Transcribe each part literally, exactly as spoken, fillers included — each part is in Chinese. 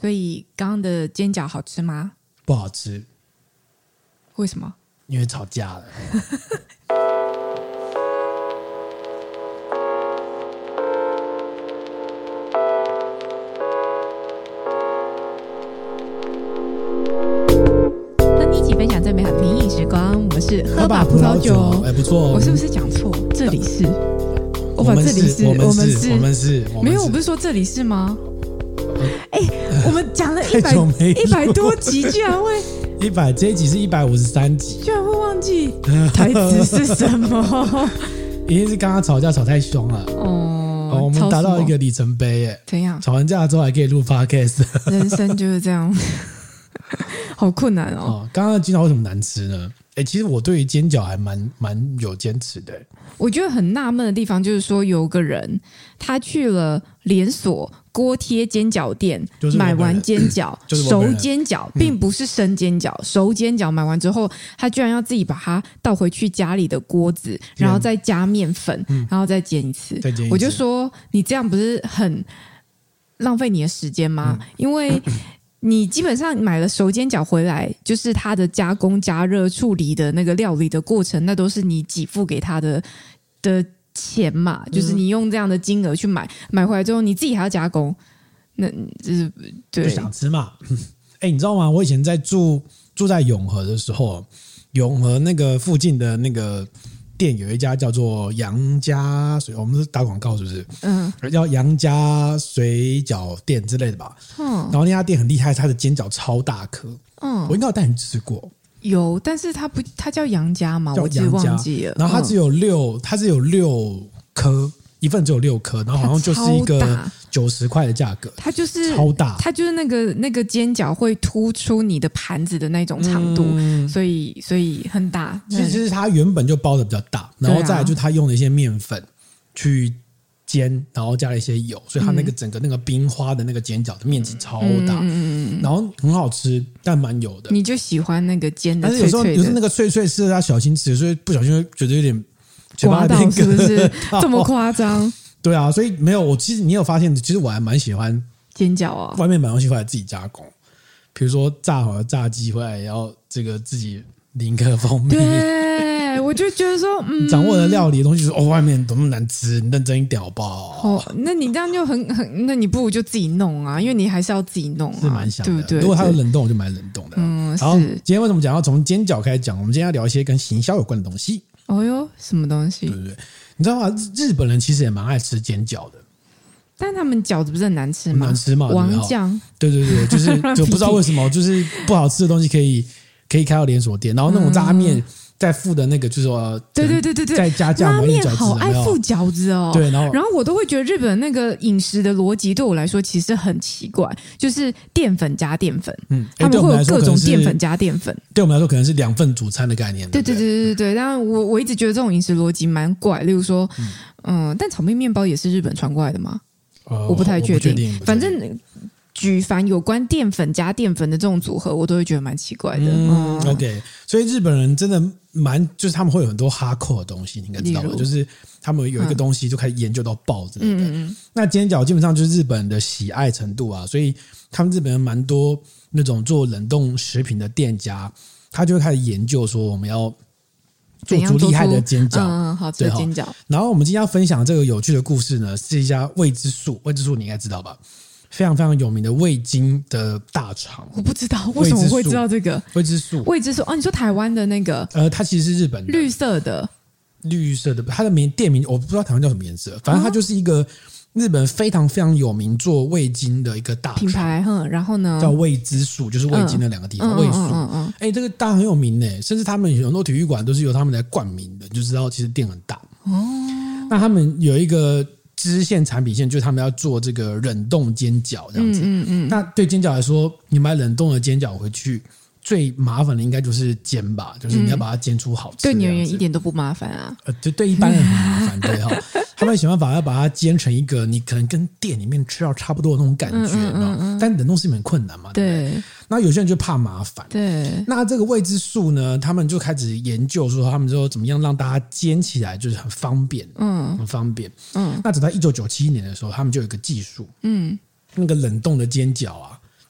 所以刚刚的煎饺好吃吗？ 不好吃。 为什么？ 因为吵架了。 和你一起分享最美好的品饮时光，我们是喝吧葡萄酒。 哎，不错。 我是不是讲错？这里是，我把们这里是， 我们是， 我们是， 没有，我不是说这里是吗？哎、欸，我们讲了一百一百多集，居然会一百这一集是一百五十三集， 居然会忘记台词是什么？ 一定是刚刚吵架吵太凶了哦、哦。我们达到一个里程碑耶！ 怎样？ 吵完架之后还可以录 podcast， 人生就是这样，好困难哦。 哦刚刚的煎饺为什么难吃呢？哎，其实我对于煎饺还蛮蛮有坚持的。 我觉得很纳闷的地方就是说，有个人他去了连锁锅贴煎饺店， 就是买完煎饺， 就是熟煎饺，并不是生煎饺，嗯、熟煎饺买完之后，他居然要自己把它倒回去家里的锅子，然后再加面粉，嗯、然后再煎一次。 再煎一次， 我就说你这样不是很浪费你的时间吗？嗯、因为你基本上买了熟煎饺回来，就是它的加工、加热、处理的那个料理的过程，那都是你给付给他的的钱嘛，就是你用这样的金额去买，买回来之后你自己还要加工，那就是对， 就想吃嘛。哎，你知道吗？我以前在住住在永和的时候，永和那个附近的那个店有一家叫做杨家水，我们是打广告是不是？嗯，叫杨家水饺店之类的吧。嗯，然后那家店很厉害，它的煎饺超大颗。嗯，我应该有带你吃过。 有，但是它不，它叫杨家嘛，我记得忘记了。 然后它只有六，嗯、它只有六颗，一份只有六颗，然后好像就是一个九十块的价格。 它就是超大， 它就是那个那个煎饺会突出你的盘子的那种长度，嗯、所以所以很大。 其实就是它原本就包的比较大，然后再来就它用了一些面粉去煎，然后加了一些油，所以它那个整个那个冰花的那个煎饺的面积超大，嗯、然后很好吃，但蛮油的。 你就喜欢那个煎的脆脆的，但是有时候有时候那个脆脆是要小心吃，所以不小心会觉得有点嘴巴刮到，是不是这么夸张？ 对啊，所以没有我其实你有发现，其实我还蛮喜欢煎饺啊， 外面买东西回来自己加工，比如说炸好的炸鸡回来，然后这个自己淋个蜂蜜。 对，我就觉得说，嗯， 掌握了料理的东西，说哦，外面多么难吃，你认真一点好不好？ 哦，那你这样就很很，那你不如就自己弄啊，因为你还是要自己弄啊， 是蛮想的， 对不对？ 如果它有冷冻，我就买冷冻的。 嗯， 好，今天为什么讲要从煎饺开始讲？我们今天要聊一些跟行销有关的东西。 哦哟，什么东西？ 对不对？你知道吗？日本人其实也蛮爱吃煎饺的。 但他们饺子不是很难吃吗？ 难吃嘛， 王酱。 对对对，就是就不知道为什么，就是不好吃的东西可以可以开到连锁店，然后那种拉面再附的那个就是说， 对对对对对， 再加酱拉面好爱附饺子哦。 对，然后然后我都会觉得日本那个饮食的逻辑对我来说其实很奇怪，就是淀粉加淀粉，嗯，他们会有各种淀粉加淀粉。 对我们来说可能是两份主餐的概念。 对对对对对对，但我我一直觉得这种饮食逻辑蛮怪，例如说，嗯、呃，但炒面面包也是日本传过来的吗？ 呃、 我不太确定， 定反正举凡有关淀粉加淀粉的这种组合，我都会觉得蛮奇怪的。 嗯嗯、OK， 所以日本人真的蛮，就是他们会有很多哈扣的东西，你应该知道吧？就是他们有一个东西就开始研究到爆之类的。嗯嗯那煎饺基本上就是日本人的喜爱程度啊，所以他们日本人蛮多那种做冷冻食品的店家，他就会开始研究说我们要做出厉害的煎饺， 嗯，好吃的煎饺。 然后我们今天要分享这个有趣的故事呢，是一家味之素，味之素你应该知道吧？非常非常有名的味精的大厂。 我不知道为什么会知道这个味之素。 味之素哦，你说台湾的那个？ 呃，它其实是日本的， 绿色的， 绿色的，它的名店名我不知道台湾叫什么颜色，反正它就是一个日本非常非常有名做味精的一个大品牌，哼，然后呢， 叫味之素，就是味精的两个地方，味素。嗯嗯，哎，这个大很有名呢，甚至他们很多体育馆都是由他们来冠名的，你就知道其实店很大。哦，那他们有一个支线产品线，就是他们要做这个冷冻煎饺这样子。嗯嗯嗯。那对煎饺来说，你买冷冻的煎饺回去，最麻烦的应该就是煎吧，就是你要把它煎出好吃。 对你而言一点都不麻烦啊。 呃，对对，一般人很麻烦，对哈。他们想办法要把它煎成一个你可能跟店里面吃到差不多的那种感觉，嗯嗯嗯，但冷冻食品很困难嘛，对不对？对。那有些人就怕麻烦， 对。 那这个味之素呢，他们就开始研究说，他们说怎么样让大家煎起来就是很方便，嗯，很方便，嗯。那直到一九九七年的时候，他们就有一个技术，嗯，那个冷冻的煎饺啊，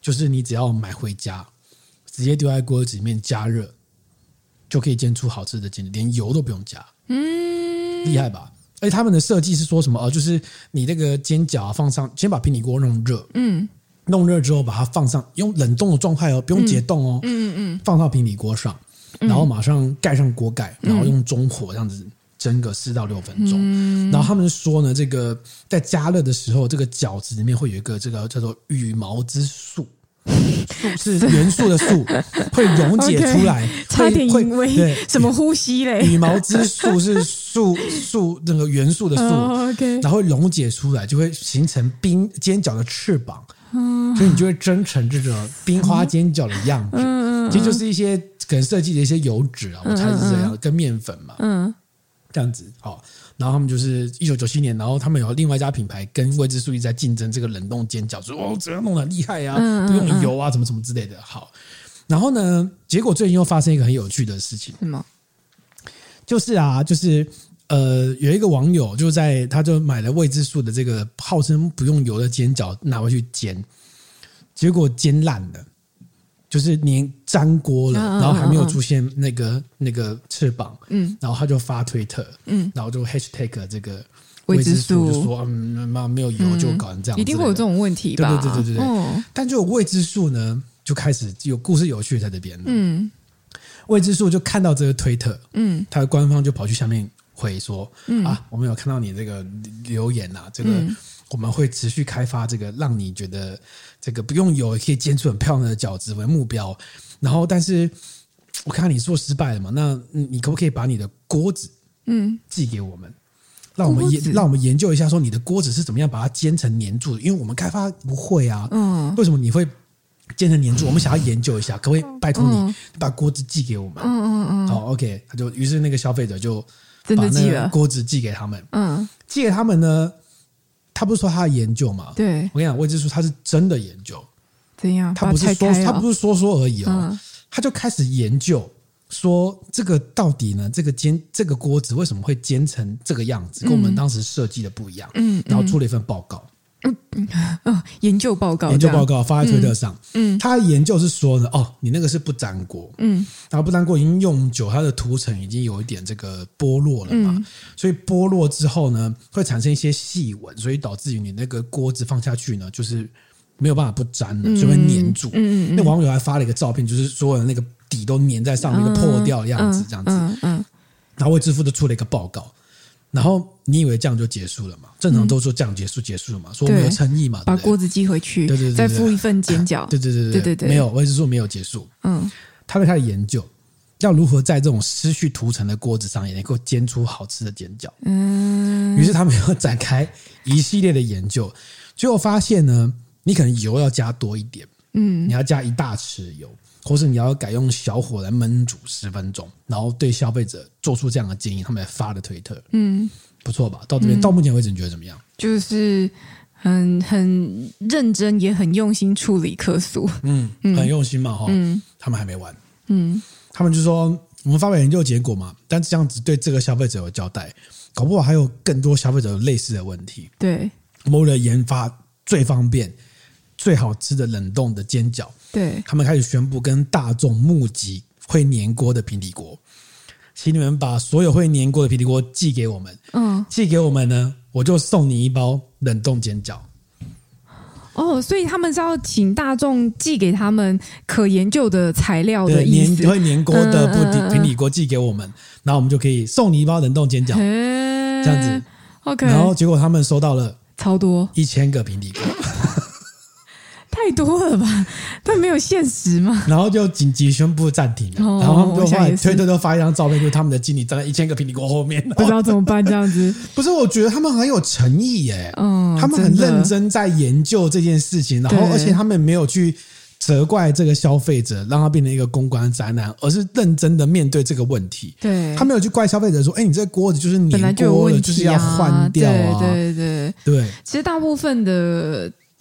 就是你只要买回家，直接丢在锅子里面加热，就可以煎出好吃的煎饺，连油都不用加。嗯，厉害吧？而且他们的设计是说什么？哦，就是你这个煎饺、啊、放上，先把平底锅弄热，嗯，弄热之后把它放上，用冷冻的状态哦，不用解冻哦，嗯嗯嗯，放到平底锅上，然后马上盖上锅盖，然后用中火这样子蒸个四到六分钟。嗯、然后他们说呢，这个在加热的时候，这个饺子里面会有一个这个叫做羽毛之素。素是元素的素，会溶解出来， okay, 差点以为什么呼吸嘞？ 羽毛之素是素素那个元素的素， oh, okay. 然后会溶解出来，就会形成冰煎饺的翅膀，嗯、所以你就会蒸成这种冰花煎饺的样子。嗯、其实就是一些可能设计的一些油脂啊，我猜是这样，嗯、跟面粉嘛，嗯，这样子好。然后他们就是一九九七年，然后他们有另外一家品牌跟味之素一直在竞争这个冷冻煎饺，说哦怎样弄得很厉害啊，嗯、不用油啊，什么什么之类的。好，然后呢，结果最近又发生一个很有趣的事情， 什么？ 就是啊，就是呃，有一个网友就在他就买了味之素的这个号称不用油的煎饺拿回去煎，结果煎烂了。就是粘粘锅了，嗯、然后还没有出现那个、嗯、那个翅膀，嗯，然后他就发推特，嗯，然后就 hashtag 这个味之素，就说嗯妈没有油就搞成这样、嗯， 一定会有这种问题吧？ 对对对对对对。哦、但就有味之素呢，就开始有故事有趣在这边了。嗯，味之素就看到这个推特，嗯，他的官方就跑去下面回说，嗯啊，我们有看到你这个留言啊，这个。嗯我们会持续开发这个让你觉得这个不用油也可以煎出很漂亮的饺子为目标，然后但是我看你做失败了嘛，那你可不可以把你的锅子嗯寄给我们，让我们研让我们研究一下说你的锅子是怎么样把它煎成黏住的，因为我们开发不会啊，嗯，为什么你会煎成黏住？我们想要研究一下，可不可以拜托你、嗯、把锅子寄给我们？嗯嗯嗯，好 ，OK， 他就于是那个消费者就把那个锅子寄给他们，嗯，寄给他们呢。他不是说他的研究嘛？ 对， 我跟你讲，味之素他是真的研究。 怎样？ 他不是说、哦、他不是说说而已哦，嗯、他就开始研究说这个到底呢，这个煎这个锅子为什么会煎成这个样子，跟我们当时设计的不一样。嗯，然后出了一份报告。 嗯嗯哦，研究报告， 研究报告发在推特上。嗯，他的研究是说呢，哦，你那个是不粘锅，嗯，然后不粘锅已经用久，它的涂层已经有一点这个剥落了嘛，嗯、所以剥落之后呢，会产生一些细纹，所以导致于你那个锅子放下去呢，就是没有办法不粘了，就会粘住。嗯嗯，那网友还发了一个照片，就是所有的那个底都粘在上面，一个破掉的样子，这样子。嗯 嗯, 嗯，然后味之素就出了一个报告。然后你以为这样就结束了嘛？正常都说这样结束结束了嘛，说我们有诚意嘛， 把锅子寄回去， 对对对， 再附一份煎饺， 对对对对对对，没有，味之素没有结束。嗯，他就开始研究要如何在这种失去涂层的锅子上也能够煎出好吃的煎饺。嗯，于是他们又展开一系列的研究，结果发现呢，你可能油要加多一点，嗯，你要加一大匙油。或是你要改用小火来焖煮十分钟，然后对消费者做出这样的建议，他们来发的推特，嗯，不错吧？到这边、嗯、到目前为止，你觉得怎么样？ 就是很很认真，也很用心处理客诉， 嗯，很用心嘛，哈、嗯，他们还没完，嗯，他们就说我们发表研究结果嘛，但这样子对这个消费者有交代，搞不好还有更多消费者有类似的问题， 对， 我们为了研发最方便、最好吃的冷冻的煎饺。 对， 他们开始宣布跟大众募集会粘锅的平底锅，请你们把所有会粘锅的平底锅寄给我们。嗯，寄给我们呢，我就送你一包冷冻煎饺。 哦，所以他们是要请大众寄给他们可研究的材料的意思， 对，会粘锅的不平底锅寄给我们，嗯嗯嗯，然后我们就可以送你一包冷冻煎饺，这样子。 OK， 然后结果他们收到了超多一千个平底锅。 太多了吧？但没有限时嘛。 然后就紧急宣布暂停了，哦、然后他们就后来推特都发一张照片，就是他们的经理站在一千个平底锅后面， 不知道怎么办这样子。 不是，我觉得他们很有诚意耶，嗯，他们很认真在研究这件事情，然后而且他们没有去责怪这个消费者，让他变成一个公关灾难，而是认真的面对这个问题。 对， 他没有去怪消费者说：“哎，你这锅子就是粘锅了，就, 啊、就是要换掉啊。” 对对对对。 其实大部分的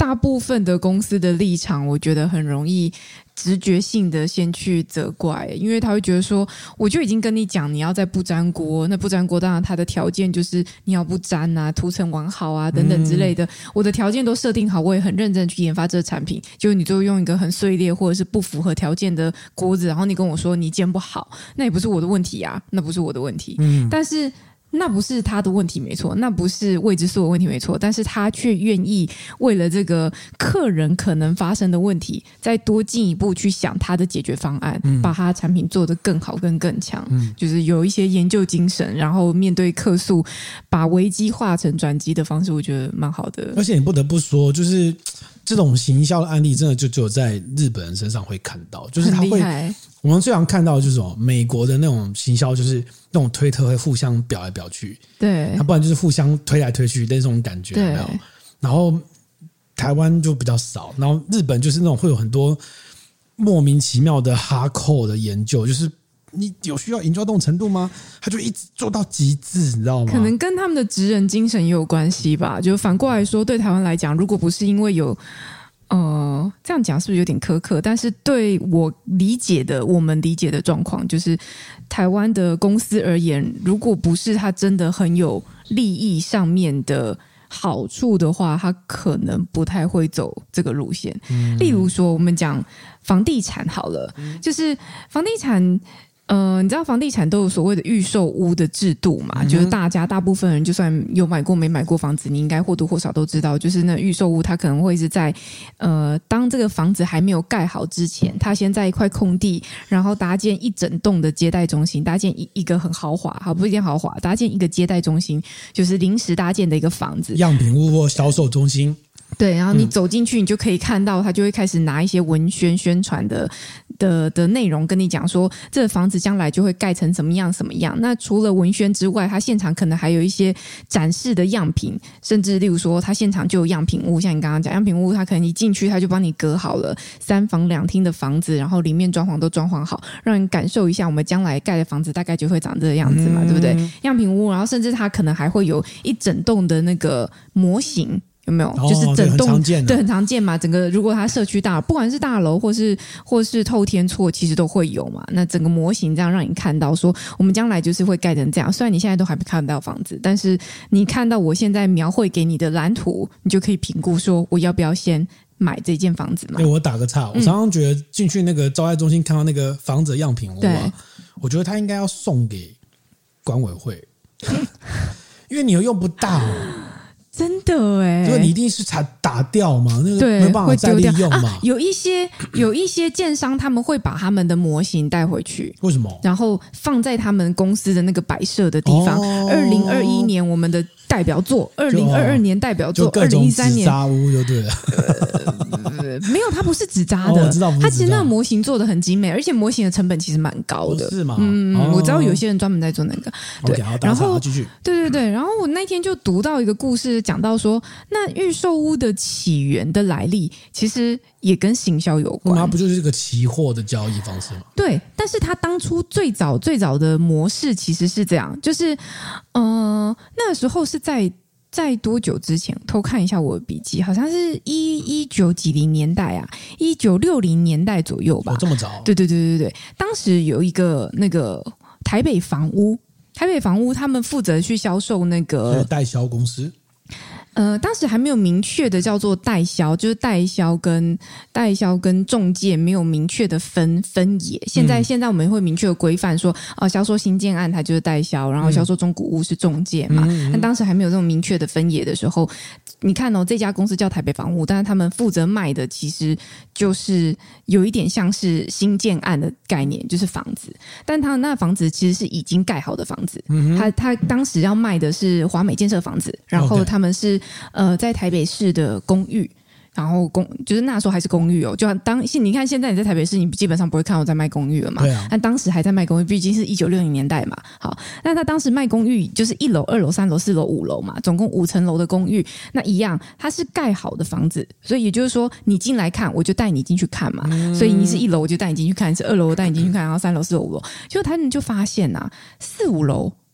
大部分的公司的立场，我觉得很容易直觉性的先去责怪，因为他会觉得说，我就已经跟你讲你要在不粘锅，那不粘锅当然它的条件就是你要不粘啊，涂层完好啊等等之类的，嗯、我的条件都设定好，我也很认真去研发这个产品，结果你就用一个很碎裂或者是不符合条件的锅子，然后你跟我说你煎不好，那也不是我的问题啊，那不是我的问题，嗯，但是。那不是他的问题没错，那不是未知数的问题没错，但是他却愿意为了这个客人可能发生的问题再多进一步去想他的解决方案，嗯、把他的产品做得更好跟更强，嗯、就是有一些研究精神，然后面对客诉把危机化成转机的方式，我觉得蛮好的。而且你不得不说，就是这种行销的案例真的就只有在日本人身上会看到，就是他会我们最常看到的就是什么美国的那种行销，就是那种推特会互相表来表去， 对， 不然就是互相推来推去的那种感觉，有没有？然后台湾就比较少，然后日本就是那种会有很多莫名其妙的哈扣的研究，就是你有需要研究到这种程度吗？他就一直做到极致，你知道吗？ 可能跟他们的职人精神也有关系吧。就反过来说，对台湾来讲，如果不是因为有。呃，这样讲是不是有点苛刻？但是对我理解的，我们理解的状况，就是台湾的公司而言，如果不是他真的很有利益上面的好处的话，他可能不太会走这个路线。嗯、例如说，我们讲房地产好了，嗯、就是房地产。呃，你知道房地产都有所谓的预售屋的制度嘛？嗯、就是大家大部分人就算有买过没买过房子，你应该或多或少都知道，就是那预售屋它可能会是在呃，当这个房子还没有盖好之前，它先在一块空地，然后搭建一整栋的接待中心，搭建一一个很豪华，好不一定豪华，搭建一个接待中心，就是临时搭建的一个房子， 样品屋或销售中心。 对，然后你走进去，你就可以看到，他就会开始拿一些文宣宣传的的的内容跟你讲说，这个房子将来就会盖成什么样什么样。那除了文宣之外，他现场可能还有一些展示的样品，甚至例如说，他现场就有样品屋，像你刚刚讲样品屋，他可能一进去他就帮你隔好了三房两厅的房子，然后里面装潢都装潢好，让你感受一下我们将来盖的房子大概就会长这个样子嘛，嗯、对不对？样品屋，然后甚至他可能还会有一整栋的那个模型。有没有？ 哦、 就是整栋、 对，很, 对很常见嘛。整个如果它社区大，不管是大楼或是或是透天厝，其实都会有嘛。那整个模型这样让你看到说，我们将来就是会盖成这样。虽然你现在都还没看到房子，但是你看到我现在描绘给你的蓝图，你就可以评估说我要不要先买这间房子嘛。 对，我打个岔，我常常觉得进去那个招待中心看到那个房子的样品屋啊，我觉得他应该要送给管委会，因为你又用不到。 真的哎， 因为你一定是打打掉嘛，那个没办法再利用嘛。 啊、有一些有一些建商他们会把他们的模型带回去， 为什么？ 然后放在他们公司的那个摆设的地方。二零二一年我们的代表作，二零二二年代表作，二零一三年纸扎屋就对了。 呃、没有，它不是纸扎的， 哦、我知道它其实那个模型做的很精美，而且模型的成本其实蛮高的， 哦、是吗？ 嗯， 哦、 我知道有些人专门在做那个。对， okay, 好然后继续， 对对对，然后我那天就读到一个故事，讲到说，那预售屋的起源的来历，其实也跟行销有关。 那不就是这个期货的交易方式吗？ 对，但是它当初最早最早的模式其实是这样，就是呃那时候是在。在多久之前？偷看一下我的笔记，好像是一一九几零年代啊，一九六零年代左右吧。 哦，这么早？ 对对对对对，当时有一个那个台北房屋，台北房屋他们负责去销售那个代销公司。 呃，当时还没有明确的叫做代销，就是代销跟代销跟中介没有明确的分分野。现在、嗯、现在我们会明确的规范说，哦，销售新建案它就是代销，然后销售中古屋是中介嘛。那、嗯嗯、当时还没有这种明确的分野的时候，你看哦，这家公司叫台北房屋，但是他们负责卖的其实就是有一点像是新建案的概念，就是房子，但他那房子其实是已经盖好的房子。嗯、他他当时要卖的是华美建设房子，然后他们是。呃，在台北市的公寓，然后公就是那时候还是公寓哦，就当你看现在你在台北市，你基本上不会看我在卖公寓了嘛。 对啊。 但当时还在卖公寓，毕竟是一九六零年代嘛。好，那他当时卖公寓就是一楼、二楼、三楼、四楼、五楼嘛，总共五层楼的公寓。那一样，它是盖好的房子，所以也就是说，你进来看，我就带你进去看嘛。嗯、所以你是一楼，我就带你进去看；是二楼，我带你进去看；然后三楼、四楼、五楼，就他们就发现啊，四五楼。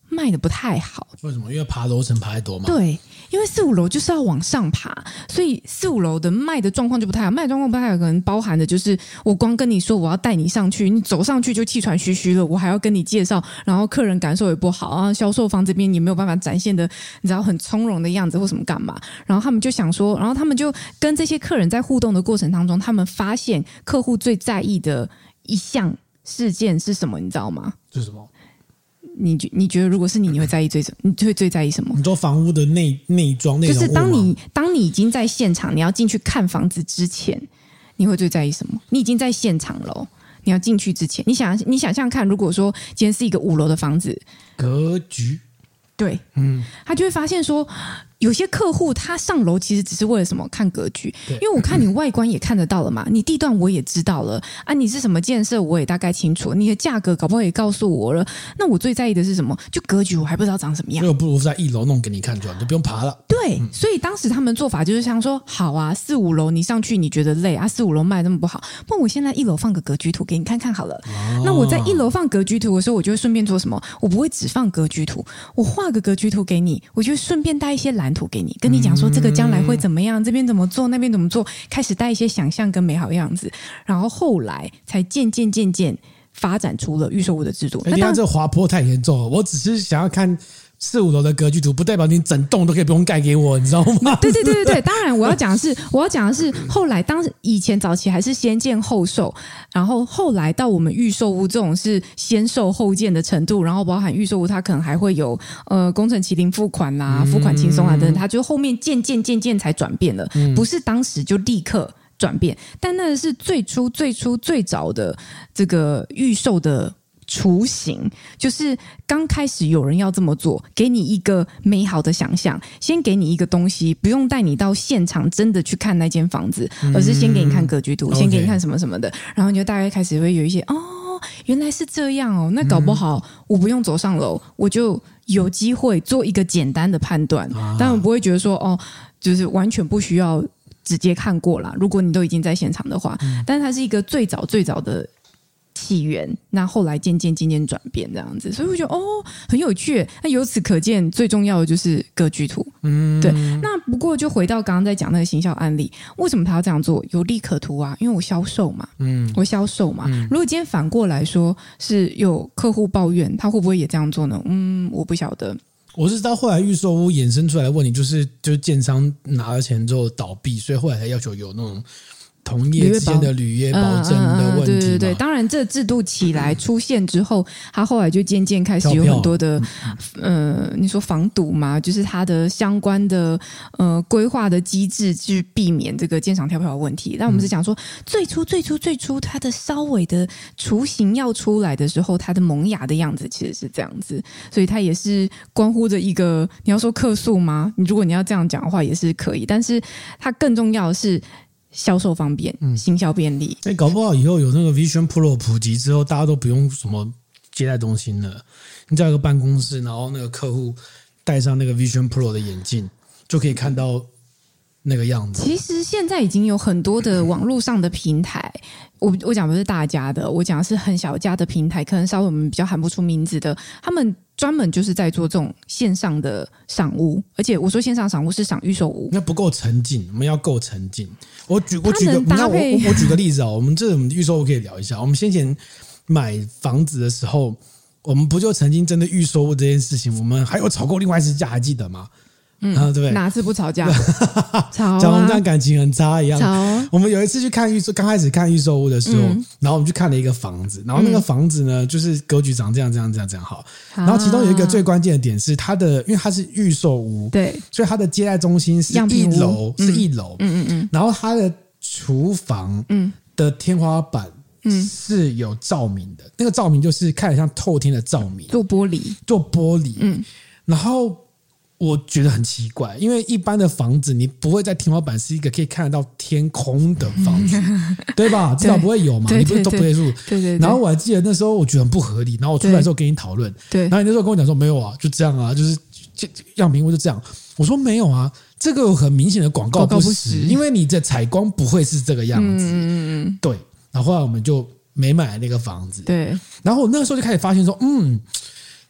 卖的不太好。 为什么？因为爬楼层爬太多嘛。 对，因为四五楼就是要往上爬，所以四五楼的卖的状况就不太好。卖的状况不太好，可能包含的就是我光跟你说我要带你上去，你走上去就气喘吁吁了，我还要跟你介绍，然后客人感受也不好啊，销售方这边也没有办法展现的你知道很从容的样子或什么干嘛。然后他们就想说，然后他们就跟这些客人在互动的过程当中，他们发现客户最在意的一项事件是什么，你知道吗？ 是什么？ 你你觉得如果是你，你会在意最你会最在意什么？ 你说房屋的内内装内容物吗？ 就是当你当你已经在现场，你要进去看房子之前，你会最在意什么？你已经在现场了，你要进去之前，你想你想象看，如果说今天是一个五楼的房子， 格局， 对， 嗯， 他就会发现说，有些客户他上楼其实只是为了什么？看格局，因为我看你外观也看得到了嘛，你地段我也知道了啊，你是什么建设我也大概清楚，你的价格搞不好也告诉我了。那我最在意的是什么？就格局我还不知道长什么样， 所以我不如在一楼弄给你看就好，你就不用爬了。 对，所以当时他们做法就是想说，好啊，四五楼你上去你觉得累啊，四五楼卖那么不好，不然我现在一楼放个格局图给你看看好了。哦、那我在一楼放格局图的时候，我就会顺便做什么？我不会只放格局图，我画个格局图给你，我就顺便带一些蓝图给你，跟你讲说这个将来会怎么样，这边怎么做，那边怎么做，开始带一些想象跟美好样子，然后后来才渐渐渐渐发展出了预售屋的制度。 哎、欸，你看这滑坡太严重了，我只是想要看四五楼的格局图，不代表你整栋都可以不用盖给我，你知道吗？ 对对对对对，当然我要讲的是，我要讲的是，后来当以前早期还是先建后售，然后后来到我们预售屋这种是先售后建的程度，然后包含预售屋它可能还会有呃工程期零付款啦、付款轻松啊等等，它就后面渐渐渐渐才转变了，不是当时就立刻转变，但那是最初最初最早的这个预售的雏形，就是刚开始有人要这么做，给你一个美好的想象，先给你一个东西，不用带你到现场真的去看那间房子，而是先给你看格局图，嗯、先给你看什么什么的，然后你就大概开始会有一些哦，原来是这样哦，那搞不好我不用走上楼，我就有机会做一个简单的判断，当然不会觉得说哦，就是完全不需要直接看过啦，如果你都已经在现场的话，嗯、但是它是一个最早最早的起源，那后来渐渐渐渐转变这样子，所以我觉得哦很有趣。那由此可见，最重要的就是格局图。嗯，对。那不过就回到刚刚在讲那个行销案例，为什么他要这样做？有利可图啊，因为我销售嘛，嗯，我销售嘛。嗯、如果今天反过来说是有客户抱怨，他会不会也这样做呢？嗯，我不晓得。 我是到后来预售屋衍生出来的问题，就是就是建商拿了钱之后倒闭，所以后来才要求有那种同业之间的履约保证的问题、嗯嗯嗯、对对对， 当然这制度起来出现之后，它后来就渐渐开始有很多的呃，你说防堵嘛，就是它的相关的呃规划的机制去避免这个建商跳票的问题。但我们是讲说，最初最初最初它的稍微的雏形要出来的时候，它的萌芽的样子其实是这样子，所以它也是关乎着一个你要说客诉吗？你如果你要这样讲的话也是可以，但是它更重要的是销售方便，行销便利。 哎、欸，搞不好以后有那个 Vision Pro 普及之后，大家都不用什么接待中心了。你只要有个办公室，然后那个客户戴上那个 Vision Pro 的眼镜，就可以看到那个样子。 其实现在已经有很多的网络上的平台，我我讲不是大家的，我讲的是很小家的平台，可能稍微我们比较喊不出名字的，他们专门就是在做这种线上的赏屋，而且我说线上赏屋是赏预售屋， 那不够沉浸，我们要够沉浸。我举我举个，你看我我举个例子啊、哦，我们这种预售屋可以聊一下。我们先前买房子的时候，我们不就曾经针对预售屋这件事情，我们还有吵过另外一次架，还记得吗？ 嗯， 啊、对不对？ 哪次不吵架？吵啊！ 讲我们这样感情很差一样。 吵、啊。 我们有一次去看预售，刚开始看预售屋的时候、嗯，然后我们去看了一个房子，然后那个房子呢，嗯、就是格局长这样这样这样这样好。然后其中有一个最关键的点是它的，因为它是预售屋， 对， 所以它的接待中心是一楼，是一楼，嗯嗯嗯。然后它的厨房的天花板是有照明的，那个照明就是看得像透天的照明， 做玻璃， 做玻璃，嗯，然后。我觉得很奇怪，因为一般的房子你不会在天花板是一个可以看得到天空的房子，对吧？至少不会有嘛， 对对对， 你不是都不会住。 对对对。 然后我还记得那时候我觉得很不合理，然后我出来之后跟你讨论，对。然后你那时候跟我讲说没有啊，就这样啊，就是样品屋就这样。我说没有啊，这个有很明显的广告不实，因为你的采光不会是这个样子。嗯嗯嗯。对。然后后来我们就没买那个房子。 对。 然后我那个时候就开始发现说，嗯。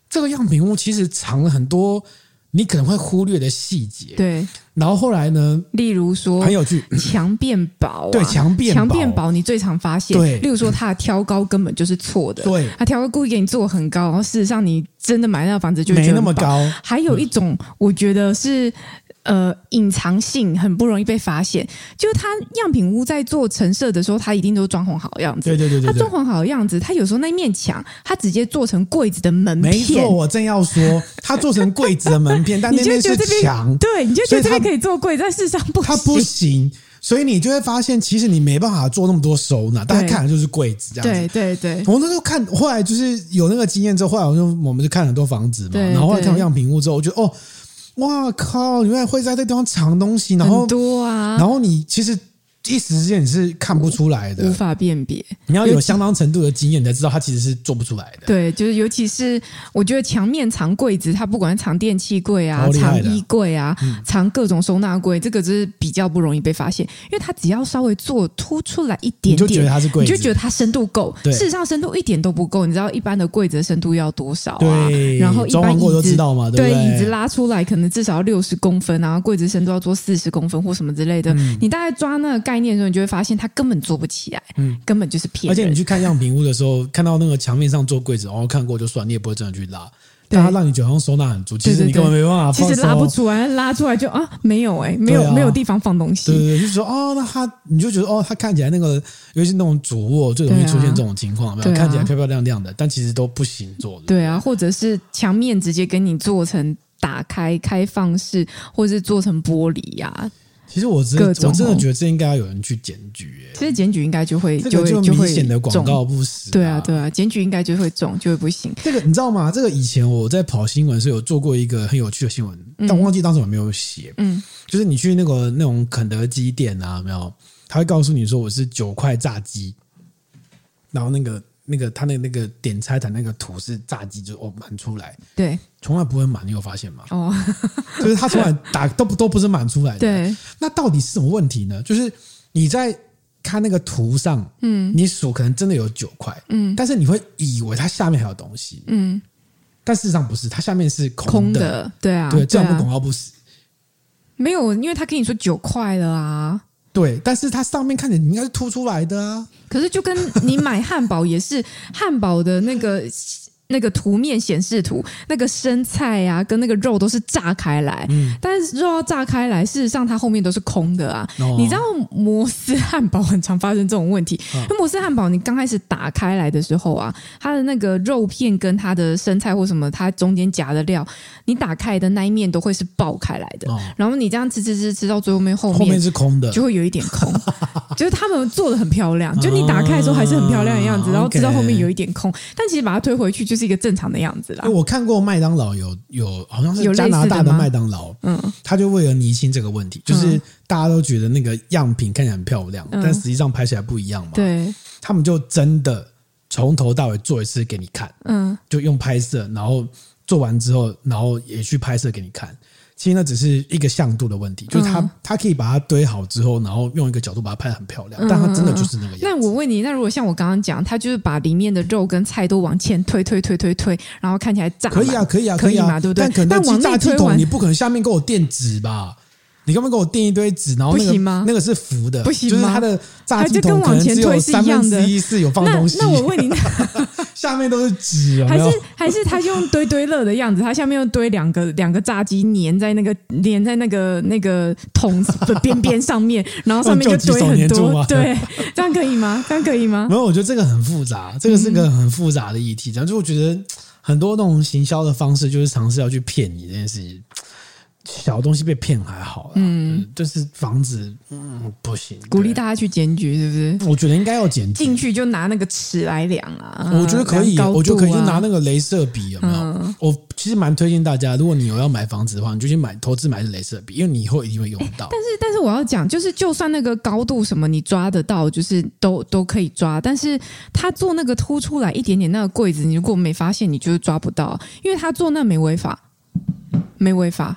这个样品屋其实藏了很多你可能会忽略的细节。 对， 然后后来呢？ 例如说， 很有趣， 墙变薄、啊， 对，墙变薄， 墙变薄，你最常发现。 对， 例如说，它的挑高根本就是错的。 对， 它挑高故意给你做很高，然后事实上你真的买那个房子就没那么高。 还有一种，我觉得是。呃，隐藏性很不容易被发现，就是它样品屋在做陈设的时候，它一定都装潢好的样子。 对对对对， 它装潢好的样子，它有时候那面墙，它直接做成柜子的门片。 没错，我正要说，它做成柜子的门片，但那边是墙， 对，你就觉得这边可以做柜子，但事实上不行， 它不行。所以你就会发现，其实你没办法做那么多收纳，大家看的就是柜子这样子。 对对对， 我那时候看，后来就是有那个经验之后，后来我就我们就看很多房子嘛，然后后来看到样品屋之后，我觉得哦。哇靠！你原来会在这地方藏东西，然后很多啊， 然后你其实一时之间你是看不出来的， 无法辨别。 你要有相当程度的经验，你才知道它其实是做不出来的。 对，就是尤其是我觉得墙面藏柜子，它不管是藏电器柜啊、藏衣柜啊、嗯、藏各种收纳柜，这个就是比较不容易被发现，因为它只要稍微做凸出来一点点， 你就觉得它是柜子， 你就觉得它深度够。事实上深度一点都不够，你知道一般的柜子的深度要多少啊？ 对， 然后一般椅子都知道嘛，对不对？对，椅子拉出来可能至少要六十公分，然后柜子深度要做四十公分或什么之类的。嗯、你大概抓那个概念的时候，你就会发现。他根本做不起来，嗯，根本就是骗人。 而且你去看样品屋的时候，看到那个墙面上做柜子，哦，看过就算，你也不会真的去拉。但他让你觉得好像收纳很足，其实你根本没办法放。 其实拉不出来，拉出来就啊，没有哎、欸，没有、啊、没有地方放东西。 对对对，就是说哦，那他你就觉得哦，他看起来那个，尤其是那种主卧最容易出现这种情况，有没有、啊、看起来漂漂亮亮的，但其实都不行做的。 对啊，或者是墙面直接给你做成打开开放式，或者是做成玻璃呀、啊。 其实我真的我真的觉得这应该要有人去检举、欸。 其实检举应该就会这个就明显的广告不实、啊。 对啊，对啊，检举应该就会中，就会不行。 这个你知道吗？这个以前我在跑新闻时有做过一个很有趣的新闻，嗯、但我忘记当时有没有写。嗯，就是你去那个那种肯德基店啊，有没有？他会告诉你说我是九块炸鸡，然后那个。那个他那那个点菜的那个图是炸鸡，就哦满出来， 对， 从来不会满，你有发现吗？ 哦， 就是他从来打都不都不是满出来的。 对， 那到底是什么问题呢？就是你在看那个图上，嗯，你数可能真的有九块，嗯，但是你会以为它下面还有东西，嗯，但事实上不是，它下面是空的， 空的对啊， 对，这样不广告不实。 没有，因为他跟你说九块了啊。 对，但是它上面看起来应该是凸出来的啊。 可是就跟你买汉堡也是，汉堡的那个那个图面显示图，那个生菜啊跟那个肉都是炸开来，嗯、但是肉要炸开来，事实上它后面都是空的啊。哦、你知道摩斯汉堡很常发生这种问题，因为、哦、摩斯汉堡你刚开始打开来的时候啊，它的那个肉片跟它的生菜或什么，它中间夹的料，你打开的那一面都会是爆开来的，哦、然后你这样吃吃吃吃到最后面后面后面是空的， 就会有一点空，就是他们做的很漂亮，就你打开的时候还是很漂亮的样子，然后直到后面有一点空，但其实把它推回去就是一个正常的样子啦。 我看过麦当劳有有好像是加拿大的麦当劳，嗯，他就为了厘清这个问题，就是大家都觉得那个样品看起来很漂亮，嗯、但实际上拍起来不一样嘛。 对， 他们就真的从头到尾做一次给你看，嗯，就用拍摄，然后做完之后，然后也去拍摄给你看。其实那只是一个向度的问题，就是他、嗯、他可以把它堆好之后，然后用一个角度把它拍得很漂亮，嗯、但它真的就是那个样子。 那我问你，那如果像我刚刚讲，他就是把里面的肉跟菜都往前推推推推推，然后看起来炸， 可以啊，可以啊， 可以嘛，对不对？ 但可能往炸鸡桶，你不可能下面给我垫纸吧？你干嘛给我垫一堆纸？然后那个不行吗？ 那个是浮的， 不行吗？ 就是它的炸鸡桶可能只有三分之一是有放东西。 那, 那我问你， 下面都是纸，有没有？还是还是他用堆堆乐的样子，他下面用堆两个两个炸鸡粘在那个粘在那个那个桶的边边上面，然后上面就堆很多，对，这样可以吗？这样可以吗？ 没有，我觉得这个很复杂，这个是个很复杂的议题。然后就我觉得很多那种行销的方式，就是尝试要去骗你这件事情。小东西被骗还好啦，嗯，就是房子，嗯，不行。 鼓励大家去检举，是不是？ 我觉得应该要检举。 进去就拿那个尺来量啊， 我觉得可以， 啊、 我觉得可以，就拿那个雷射笔，有没有？嗯、我其实蛮推荐大家，如果你有要买房子的话，你就去买投资买雷射笔，因为你以后一定会用到。 但是，但是我要讲，就是就算那个高度什么你抓得到，就是都都可以抓，但是他做那个凸出来一点点那个柜子，你如果没发现，你就是抓不到，因为他做那没违法，没违法。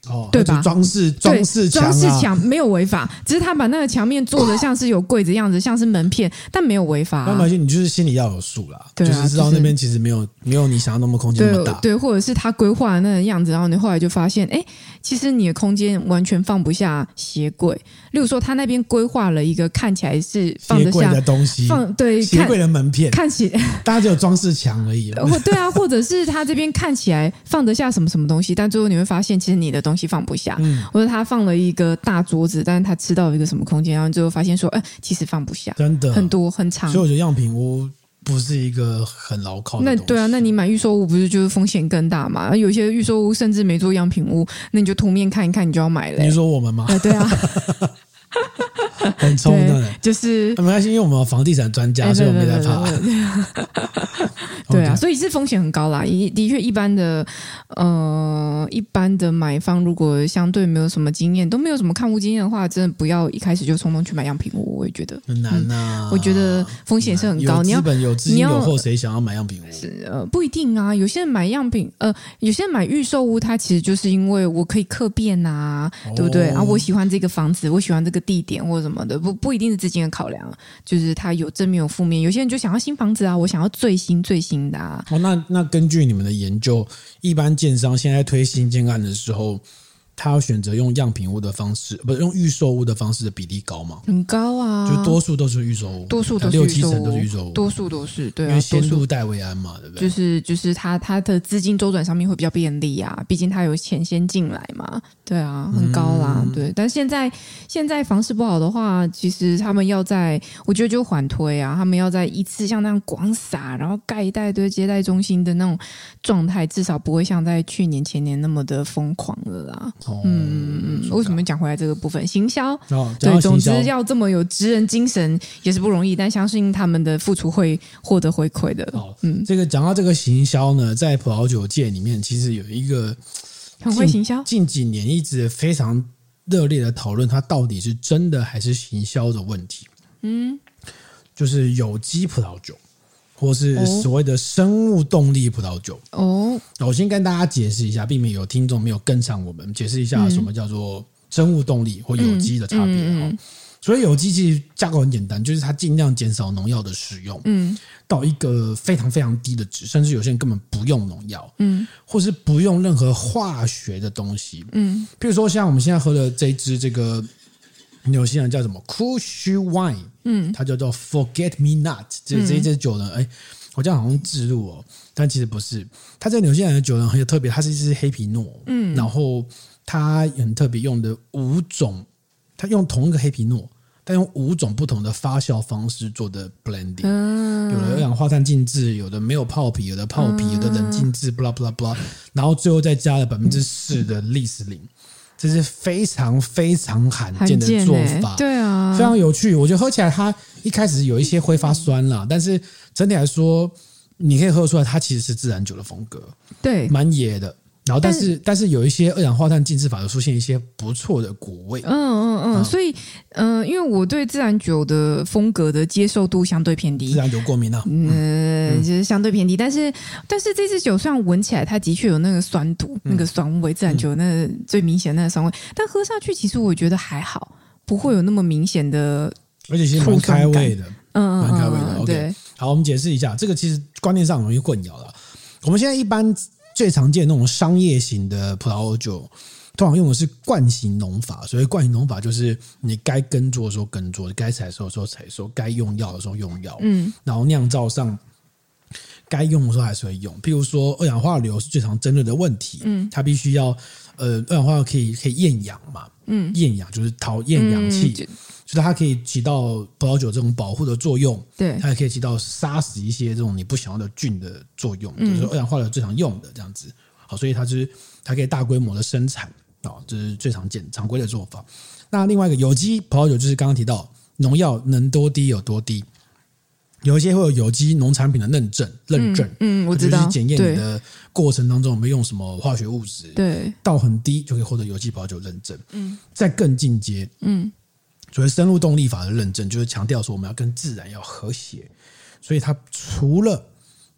哦， 对吧？ 装饰装饰墙、啊， 装饰墙没有违法，只是他把那个墙面做的像是有柜子样子，像是门片，但没有违法、啊。 那而且你就是心里要有数啦， 对啊、 就是知道那边其实没有、就是、没有你想象那么空间那么大， 对，对，或者是他规划的那个样子，然后你后来就发现，哎，其实你的空间完全放不下鞋柜。例如说，他那边规划了一个看起来是放得下鞋柜的东西， 放对鞋柜的门片， 看起大家只有装饰墙而已。 对啊，或者是他这边看起来放得下什么什么东西，但最后你会发现，其实你的东西放不下。嗯，或者他放了一个大桌子，但是他吃到一个什么空间，然后最后发现说，哎、呃，其实放不下， 真的很多很长。 所以我觉得样品屋不是一个很牢靠的东西。 那对啊，那你买预售屋不是就是风险更大嘛？有些预售屋甚至没做样品屋，那你就图面看一看，你就要买了、欸。 你说我们吗？ 呃、对啊。 很冲的， 就是没关系，因为我们有房地产专家，欸、所以我没在怕。 对啊，所以是风险很高啦。的确，一般的呃，一般的买方如果相对没有什么经验，都没有什么看屋经验的话，真的不要一开始就冲动去买样品屋。我也觉得很难啊、 嗯。我觉得风险是很高。 你要资本有资金有后，谁想要买样品屋？ 是呃，不一定啊。有些人买样品，呃，有些人买预售屋，他其实就是因为我可以客变啊，哦、对不对？啊，我喜欢这个房子，我喜欢这个地点或者什么的，不不一定是资金的考量，就是他有正面有负面。有些人就想要新房子啊，我想要最新最新。啊、 哦，那那根据你们的研究，一般建商现在推新建案的时候，他要选择用样品屋的方式，不是用预售屋的方式的比例高吗？ 很高啊， 就多数都是预售屋， 多数都是六七成都是预售屋， 多数都是对、啊， 因为先入袋为安嘛，对不对？ 就是就是他他的资金周转上面会比较便利啊，毕竟他有钱先进来嘛，对啊，很高啦，嗯、对。但现在现在房市不好的话，其实他们要在，我觉得就缓推啊，他们要在一次像那样广撒，然后盖一大堆接待中心的那种状态，至少不会像在去年前年那么的疯狂了啦。哦、嗯。嗯，为什么讲回来这个部分？行销， 哦、 对，总之要这么有职人精神也是不容易，但相信他们的付出会获得回馈的。 哦，嗯，这个讲到这个行销呢，在葡萄酒界里面，其实有一个很会行销， 近几年一直非常热烈的讨论，它到底是真的还是行销的问题。嗯，就是有机葡萄酒。或是所谓的生物动力葡萄酒哦，我先跟大家解释一下，避免有听众没有跟上我们，解释一下什么叫做生物动力或有机的差别。嗯嗯嗯、所以有机其实架构很简单，就是它尽量减少农药的使用，嗯，到一个非常非常低的值，甚至有些人根本不用农药，嗯，或是不用任何化学的东西，嗯，比如说像我们现在喝的这一支这个。纽西兰叫什么 Crucial Wine， 嗯，它叫做 Forget Me Not， 这这一支酒呢，哎，我这样好像置入哦，但其实不是。它这个纽西兰的酒呢很有特别，它是一支黑皮诺，嗯，然后它很特别，用的五种，它用同一个黑皮诺，但用五种不同的发酵方式做的 blending，、嗯、有的二氧化碳浸渍，有的没有泡皮，有的泡皮，有的冷浸渍 ，blah blah blah， 然后最后再加了百分之四的利斯林。这是非常非常罕见的做法， 欸、对啊， 非常有趣。我觉得喝起来它一开始有一些挥发酸啦，但是整体来说，你可以喝出来它其实是自然酒的风格， 对， 蛮野的。然后但是，但是但是有一些二氧化碳浸渍法有出现一些不错的果味， 嗯嗯嗯，嗯所以嗯、呃，因为我对自然酒的风格的接受度相对偏低， 自然酒过敏啊， 嗯，嗯就是相对偏低。但是但是这支酒虽然闻起来它的确有那个酸度、嗯、那个酸味，自然酒那个最明显的那个酸味，但喝上去其实我觉得还好，不会有那么明显的， 而且其实蛮开胃的， 嗯， 蛮开胃的。 嗯、 OK， 对， 好，我们解释一下，这个其实观念上容易混淆了。我们现在一般。最常见的那种商业型的葡萄酒，通常用的是惯型农法。所谓惯型农法，就是你该耕作的时候耕作，该采收的时候采收，该用药的时候用药。嗯，然后酿造上该用的时候还是会用。譬如说，二氧化硫是最常争论的问题。嗯，它必须要呃，二氧化硫可以可以厌氧嘛。嗯，厌氧就是讨厌氧气。嗯，所以它可以起到葡萄酒这种保护的作用，对，它也可以起到杀死一些这种你不想要的菌的作用，嗯、就是二氧化硫最常用的这样子。好，所以它就是它可以大规模的生产，哦，这是最常见常规的做法。那另外一个有机葡萄酒就是刚刚提到农药能多低有多低，有一些会有有机农产品的认证，认证， 嗯，嗯我知道， 就是检验你的过程当中有没有用什么化学物质，对，到很低就可以获得有机葡萄酒认证。嗯，再更进阶，嗯。所谓生物动力法的认证，就是强调说我们要跟自然要和谐，所以它除了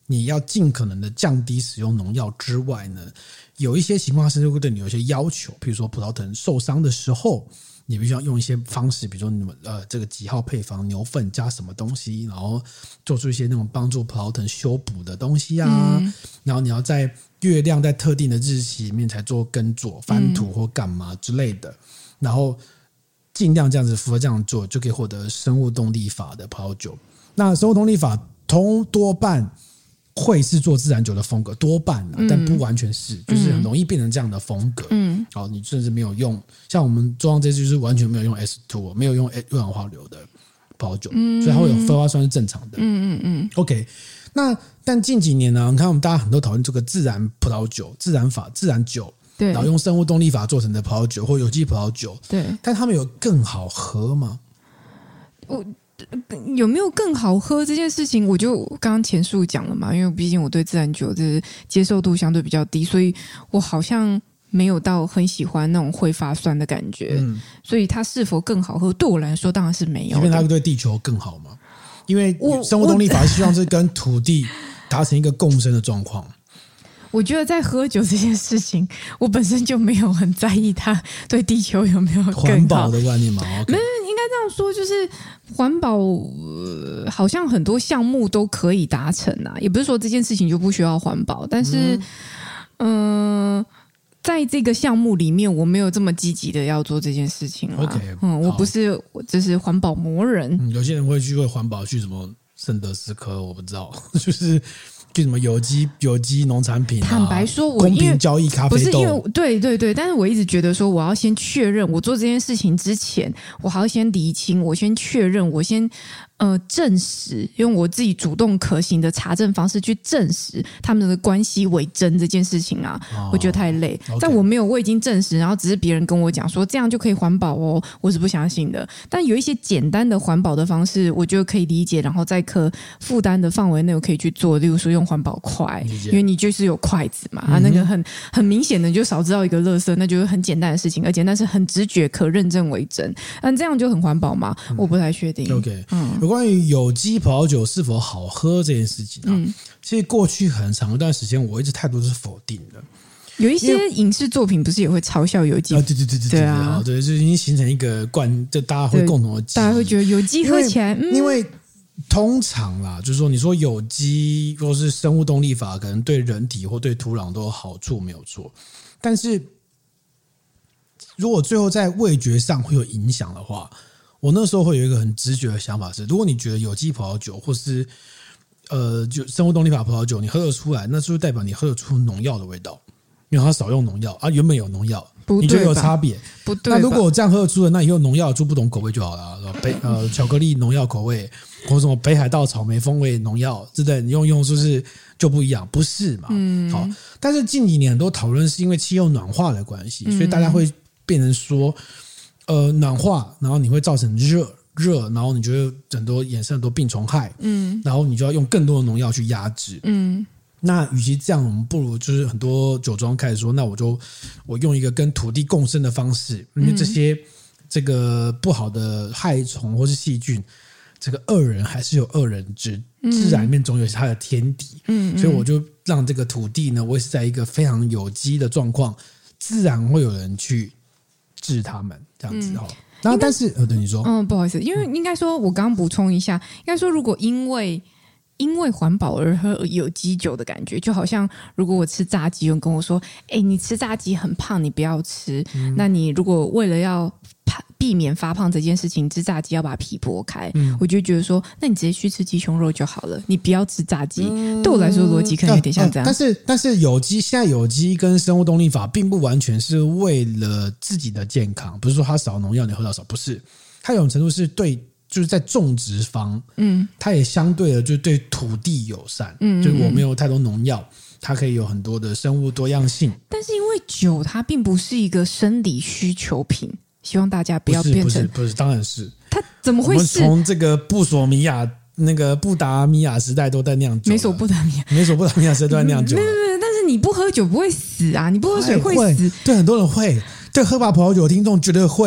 你要尽可能的降低使用农药之外呢，有一些情况是会对你有一些要求，比如说葡萄藤受伤的时候，你必须要用一些方式，比如说你们呃这个几号配方牛粪加什么东西，然后做出一些那种帮助葡萄藤修补的东西啊，嗯、然后你要在月亮在特定的日期里面才做耕作、翻土或干嘛之类的，嗯、然后尽量这样子符合这样做，就可以获得生物动力法的葡萄酒。那生物动力法同多半会是做自然酒的风格，多半、啊嗯、但不完全是，就是很容易变成这样的风格。嗯，好，你甚至没有用，像我们中央这支就是完全没有用 S 二， 没有用二氧化硫的葡萄酒，嗯、所以它会有挥发酸是正常的。嗯嗯嗯。OK， 那但近几年呢，你看我们大家很多讨论这个自然葡萄酒、自然法、自然酒，对，然后用生物动力法做成的葡萄酒或有机葡萄酒，对，但他们有更好喝吗？ 我。有没有更好喝这件事情，我就刚刚前述讲了嘛，因为毕竟我对自然酒的接受度相对比较低，所以我好像没有到很喜欢那种会发酸的感觉，嗯、所以它是否更好喝，对我来说当然是没有的。 因为它对地球更好嘛，因为生物动力法希望是跟土地达成一个共生的状况。 我觉得在喝酒这件事情，我本身就没有很在意它对地球有没有更好环保的观念嘛。 Okay、没有，应该这样说，就是环保、呃、好像很多项目都可以达成啊，也不是说这件事情就不需要环保，但是嗯、呃，在这个项目里面，我没有这么积极的要做这件事情啦。 OK， 嗯，我不是，我这是环保魔人、 嗯。有些人会去为环保去什么圣德斯科，我不知道，就是。就什么有机有机农产品、啊， 坦白说我， 我公平交易咖啡豆， 不是因为对对对，但是我一直觉得说，我要先确认我做这件事情之前，我还要先厘清，我先确认，我先呃证实，用我自己主动可行的查证方式去证实他们的关系为真这件事情啊，哦、我觉得太累。Okay、但我没有，我已经证实，然后只是别人跟我讲说这样就可以环保哦，我是不相信的。但有一些简单的环保的方式，我觉得可以理解，然后在可负担的范围内我可以去做，例如说用环保筷，因为你就是有筷子嘛，嗯、啊，那个很很明显的你就少知道一个垃圾，那就是很简单的事情，而且那是很直觉可认证为真，嗯，这样就很环保吗？嗯、我不太确定。 OK， 嗯。关于有机葡萄酒是否好喝这件事情啊，嗯、其实过去很长一段时间，我一直态度是否定的。 有一些影视作品不是也会嘲笑有机？ 啊，对对对对对啊，对，就已经形成一个惯，就大家会共同的记忆， 大家会觉得有机喝起来， 因为、嗯、因为通常啦，就是说你说有机或是生物动力法，可能对人体或对土壤都有好处，没有错。但是如果最后在味觉上会有影响的话，我那时候会有一个很直觉的想法是，如果你觉得有机葡萄酒或是呃就生物动力法葡萄酒你喝得出来，那是不是代表你喝得出农药的味道？因为它少用农药啊，原本有农药，你觉得有差别？ 不对。 那如果我这样喝得出的，那以后农药出不同口味就好了，北呃巧克力农药口味，或什么北海道草莓风味农药，对不对？你用用是不是就不一样？不是嘛？嗯。好，但是近几年很多讨论是因为气候暖化的关系，所以大家会变成说。呃，暖化，然后你会造成热热，然后你觉得很多衍生很多病虫害，嗯，然后你就要用更多的农药去压制，嗯，那与其这样，我们不如就是很多酒庄开始说，那我就我用一个跟土地共生的方式，因为这些这个不好的害虫或是细菌，这个恶人还是有恶人之，自然里面总有它的天敌，嗯，所以我就让这个土地呢，维持在一个非常有机的状况，自然会有人去治他们。这样子哈，嗯、然后但是呃，对你说， 嗯，不好意思，因为应该说，我刚刚补充一下，应该说，如果因为因为环保而喝有机酒的感觉，就好像如果我吃炸鸡，有人跟我说，哎、欸，你吃炸鸡很胖，你不要吃。嗯、那你如果为了要避免发胖这件事情，吃炸鸡要把皮剥开，嗯、我就觉得说，那你直接去吃鸡胸肉就好了，你不要吃炸鸡。嗯、对我来说，逻辑可能有点像这样。 但是，但是有机现在有机跟生物动力法并不完全是为了自己的健康，不是说它少农药你喝到少，不是，它有种程度是对，就是在种植方，嗯，它也相对的就对土地友善，嗯，就是我没有太多农药。它可以有很多的生物多样性， 但是因为酒它并不是一个生理需求品，希望大家不要变成不是不是不是，当然是它怎么会是？ 我们从这个布索米亚那个布达米亚时代都在酿酒， 美索不达米亚美索不达米亚时代都在酿酒， 没有没有，但是你不喝酒不会死啊，你不喝水会死， 对很多人会，对喝把葡萄酒的听众绝对会。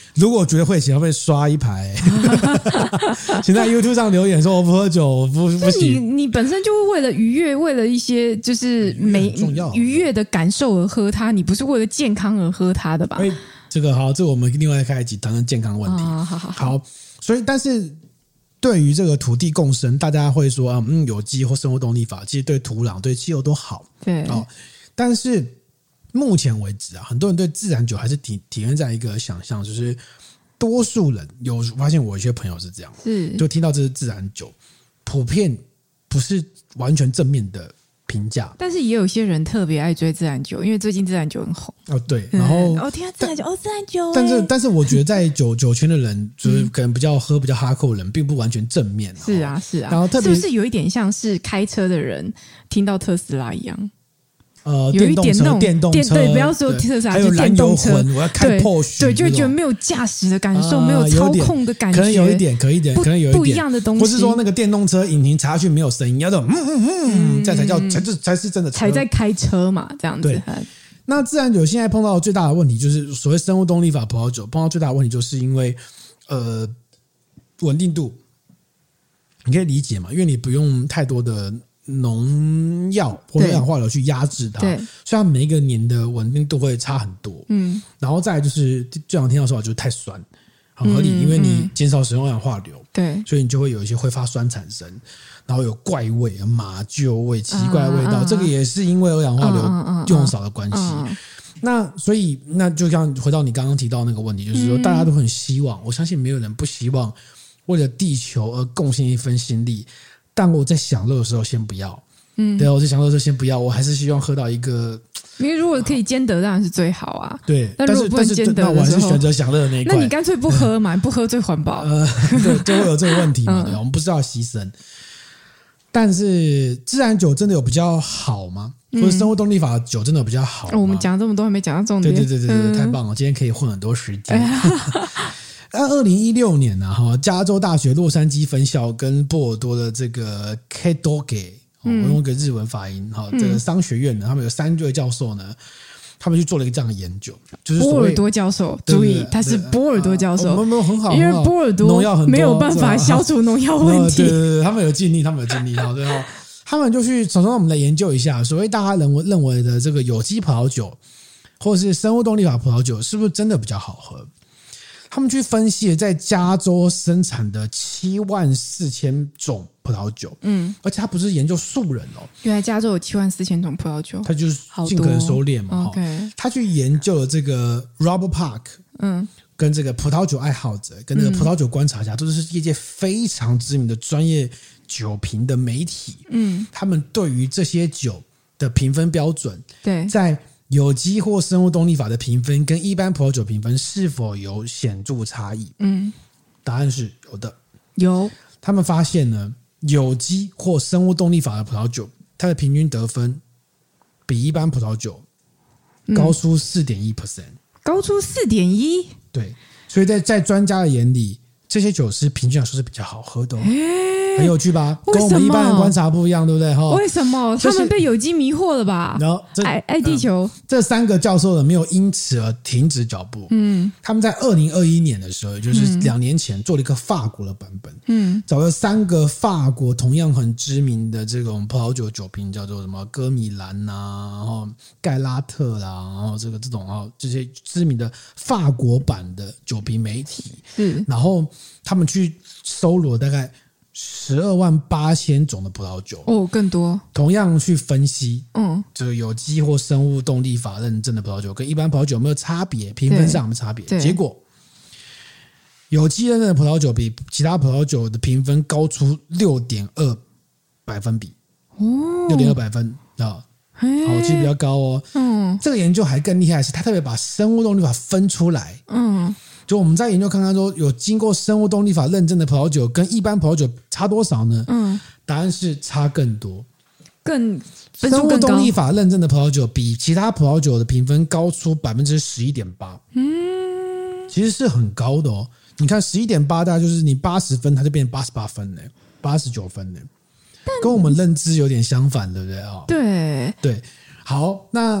如果觉得会，请要被刷一排、欸，请在 YouTube 上留言说我不喝酒，我不不行。 你你本身就为了愉悦，为了一些就是美愉悦的感受而喝它，你不是为了健康而喝它的吧？ 所以这个好，这个我们另外开一集谈谈健康问题。 哦、好好好，所以但是对于这个土地共生，大家会说啊，嗯，有机或生物动力法，其实对土壤、对气候都好。 对， 哦，但是目前为止啊，很多人对自然酒还是体体验在一个想象，就是多数人有发现，我有些朋友是这样， 是就听到这是自然酒，普遍不是完全正面的评价。 但是也有些人特别爱追自然酒，因为最近自然酒很红。 哦，对，然后哦，听到自然酒，哦，自然酒、欸。 但是但是我觉得在酒酒圈的人，就是可能比较喝比较哈扣的人，并不完全正面。 是啊，是啊。 然后特别是不是有一点像是开车的人听到特斯拉一样？ 呃， 有一点那种电动车， 对，不要说特斯拉， 还有电动车， 我要开 Porsche， 对，就觉得没有驾驶的感受， 啊、 没有操控的感觉， 可能有一点，可以一点，可能有一点不一样的东西。 或是说那个电动车引擎插下去没有声音，要这种嗯嗯嗯，这样才叫才这才是真的车， 才在开车嘛，这样子。 对。那自然酒现在碰到最大的问题就是所谓生物动力法葡萄酒碰到最大的问题，就是因为呃稳定度，你可以理解嘛，因为你不用太多的农药或者二氧化硫去压制它，所以它每一个年的稳定度会差很多。嗯，然后再来就是最常听到说法就是太酸，很合理，嗯、因为你减少使用二氧化硫， 对， 所以你就会有一些挥发酸产生，然后有怪味、马厩味、奇怪的味道，嗯、这个也是因为二氧化硫用少的关系。嗯嗯嗯、那所以那就像回到你刚刚提到那个问题，就是说大家都很希望，我相信没有人不希望为了地球而贡献一份心力。但我在享乐的时候先不要，嗯，对，我在享乐的时候先不要，我还是希望喝到一个， 因为如果可以兼得当然是最好啊， 对， 但如果不能兼得的时候， 那我还是选择享乐的那一块， 那你干脆不喝嘛，不喝最环保， 呃，对，就会有这个问题嘛，对，我们不是要牺牲，但是自然酒真的有比较好吗？或者生物动力法的酒真的有比较好吗？ 嗯、我们讲这么多还没讲到重点， 对对对对对，嗯、太棒了，今天可以混很多时间。那二零一六年呢、啊，哈，加州大学洛杉矶分校跟波尔多的这个 Kedoge，、嗯、我用一个日文发音哈，这个商学院呢，他们有三位教授呢，他们去做了一个这样的研究，就是波尔多教授，注意他是波尔多教授， 没有、啊、很好， 因为波尔多农药很多没有办法消除农药问题， 对对对，他们有尽力，他们有尽力，好，对哈，他们就去从中我们来研究一下，所谓大家认为认为的这个有机葡萄酒，或者是生物动力法葡萄酒，是不是真的比较好喝？他们去分析了在加州生产的七万四千种葡萄酒，嗯，而且他不是研究素人哦， 原来加州有七万四千种葡萄酒， 他就是尽可能收敛嘛， OK， 他去研究了这个 Robert Park， 嗯，跟这个葡萄酒爱好者，跟这个葡萄酒观察家，都是业界非常知名的专业酒评的媒体，嗯，他们对于这些酒的评分标准， 对， 在有机或生物动力法的评分跟一般葡萄酒评分是否有显著差异？嗯，答案是有的。 有， 他们发现呢，有机或生物动力法的葡萄酒，它的平均得分比一般葡萄酒高出 百分之四点一， 高出 四点一。 对，所以在在专家的眼里，这些酒是平均来说是比较好喝的哦。很有趣吧？跟我们一般人观察不一样，对不对？ 为什么？他们被有机迷惑了吧？ 然后爱爱地球、 嗯，这三个教授呢没有因此而停止脚步。嗯，他们在二零二一年的时候，也就是两年前，做了一个法国的版本。嗯，找了三个法国同样很知名的这种葡萄酒酒评，叫做什么哥米兰呐、啊，然后盖拉特啦，然后这个这种啊这些知名的法国版的酒评媒体。嗯，然后他们去搜罗大概十二万八千种的葡萄酒哦，更多。同样去分析，嗯，这个有机或生物动力法认证的葡萄酒跟一般葡萄酒有没有差别？评分上有没有差别？结果，有机认证的葡萄酒比其他葡萄酒的评分高出六点二百分比哦，六点二百分啊，好，其实比较高哦。嗯，这个研究还更厉害的是，他特别把生物动力法分出来，嗯。就我们在研究看看说，有经过生物动力法认证的葡萄酒跟一般葡萄酒差多少呢？嗯，答案是差更多， 更生物动力法认证的葡萄酒比其他葡萄酒的评分高出百分之十一点八。嗯，其实是很高的哦。你看十一点八，大概就是你八十分，它就变成八十八分呢，八十九分呢，跟我们认知有点相反，对不对啊？ 对对，好，那。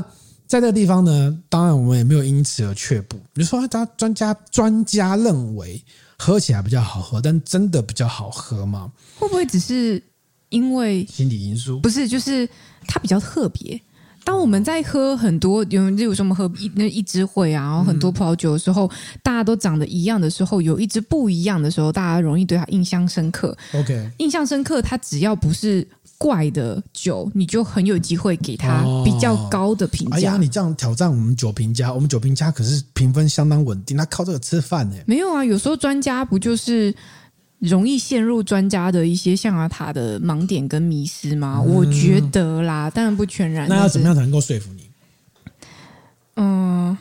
在这个地方呢，当然我们也没有因此而却步。比如说，大家专家专家认为喝起来比较好喝，但真的比较好喝吗？ 会不会只是因为心理因素？ 不是，就是它比较特别。当我们在喝很多，有例如说我们喝一那一支会啊，然后很多葡萄酒的时候，嗯、大家都长得一样的时候，有一支不一样的时候，大家容易对它印象深刻。 OK， 印象深刻，它只要不是怪的酒，你就很有机会给它比较高的评价。 哎呀，你这样挑战我们酒评家，我们酒评家可是评分相当稳定，他靠这个吃饭呢。 没有啊，有时候专家不就是容易陷入专家的一些象牙塔的盲点跟迷思吗？嗯、我觉得啦，当然不全然。 那要怎么样才能够说服你？ 嗯，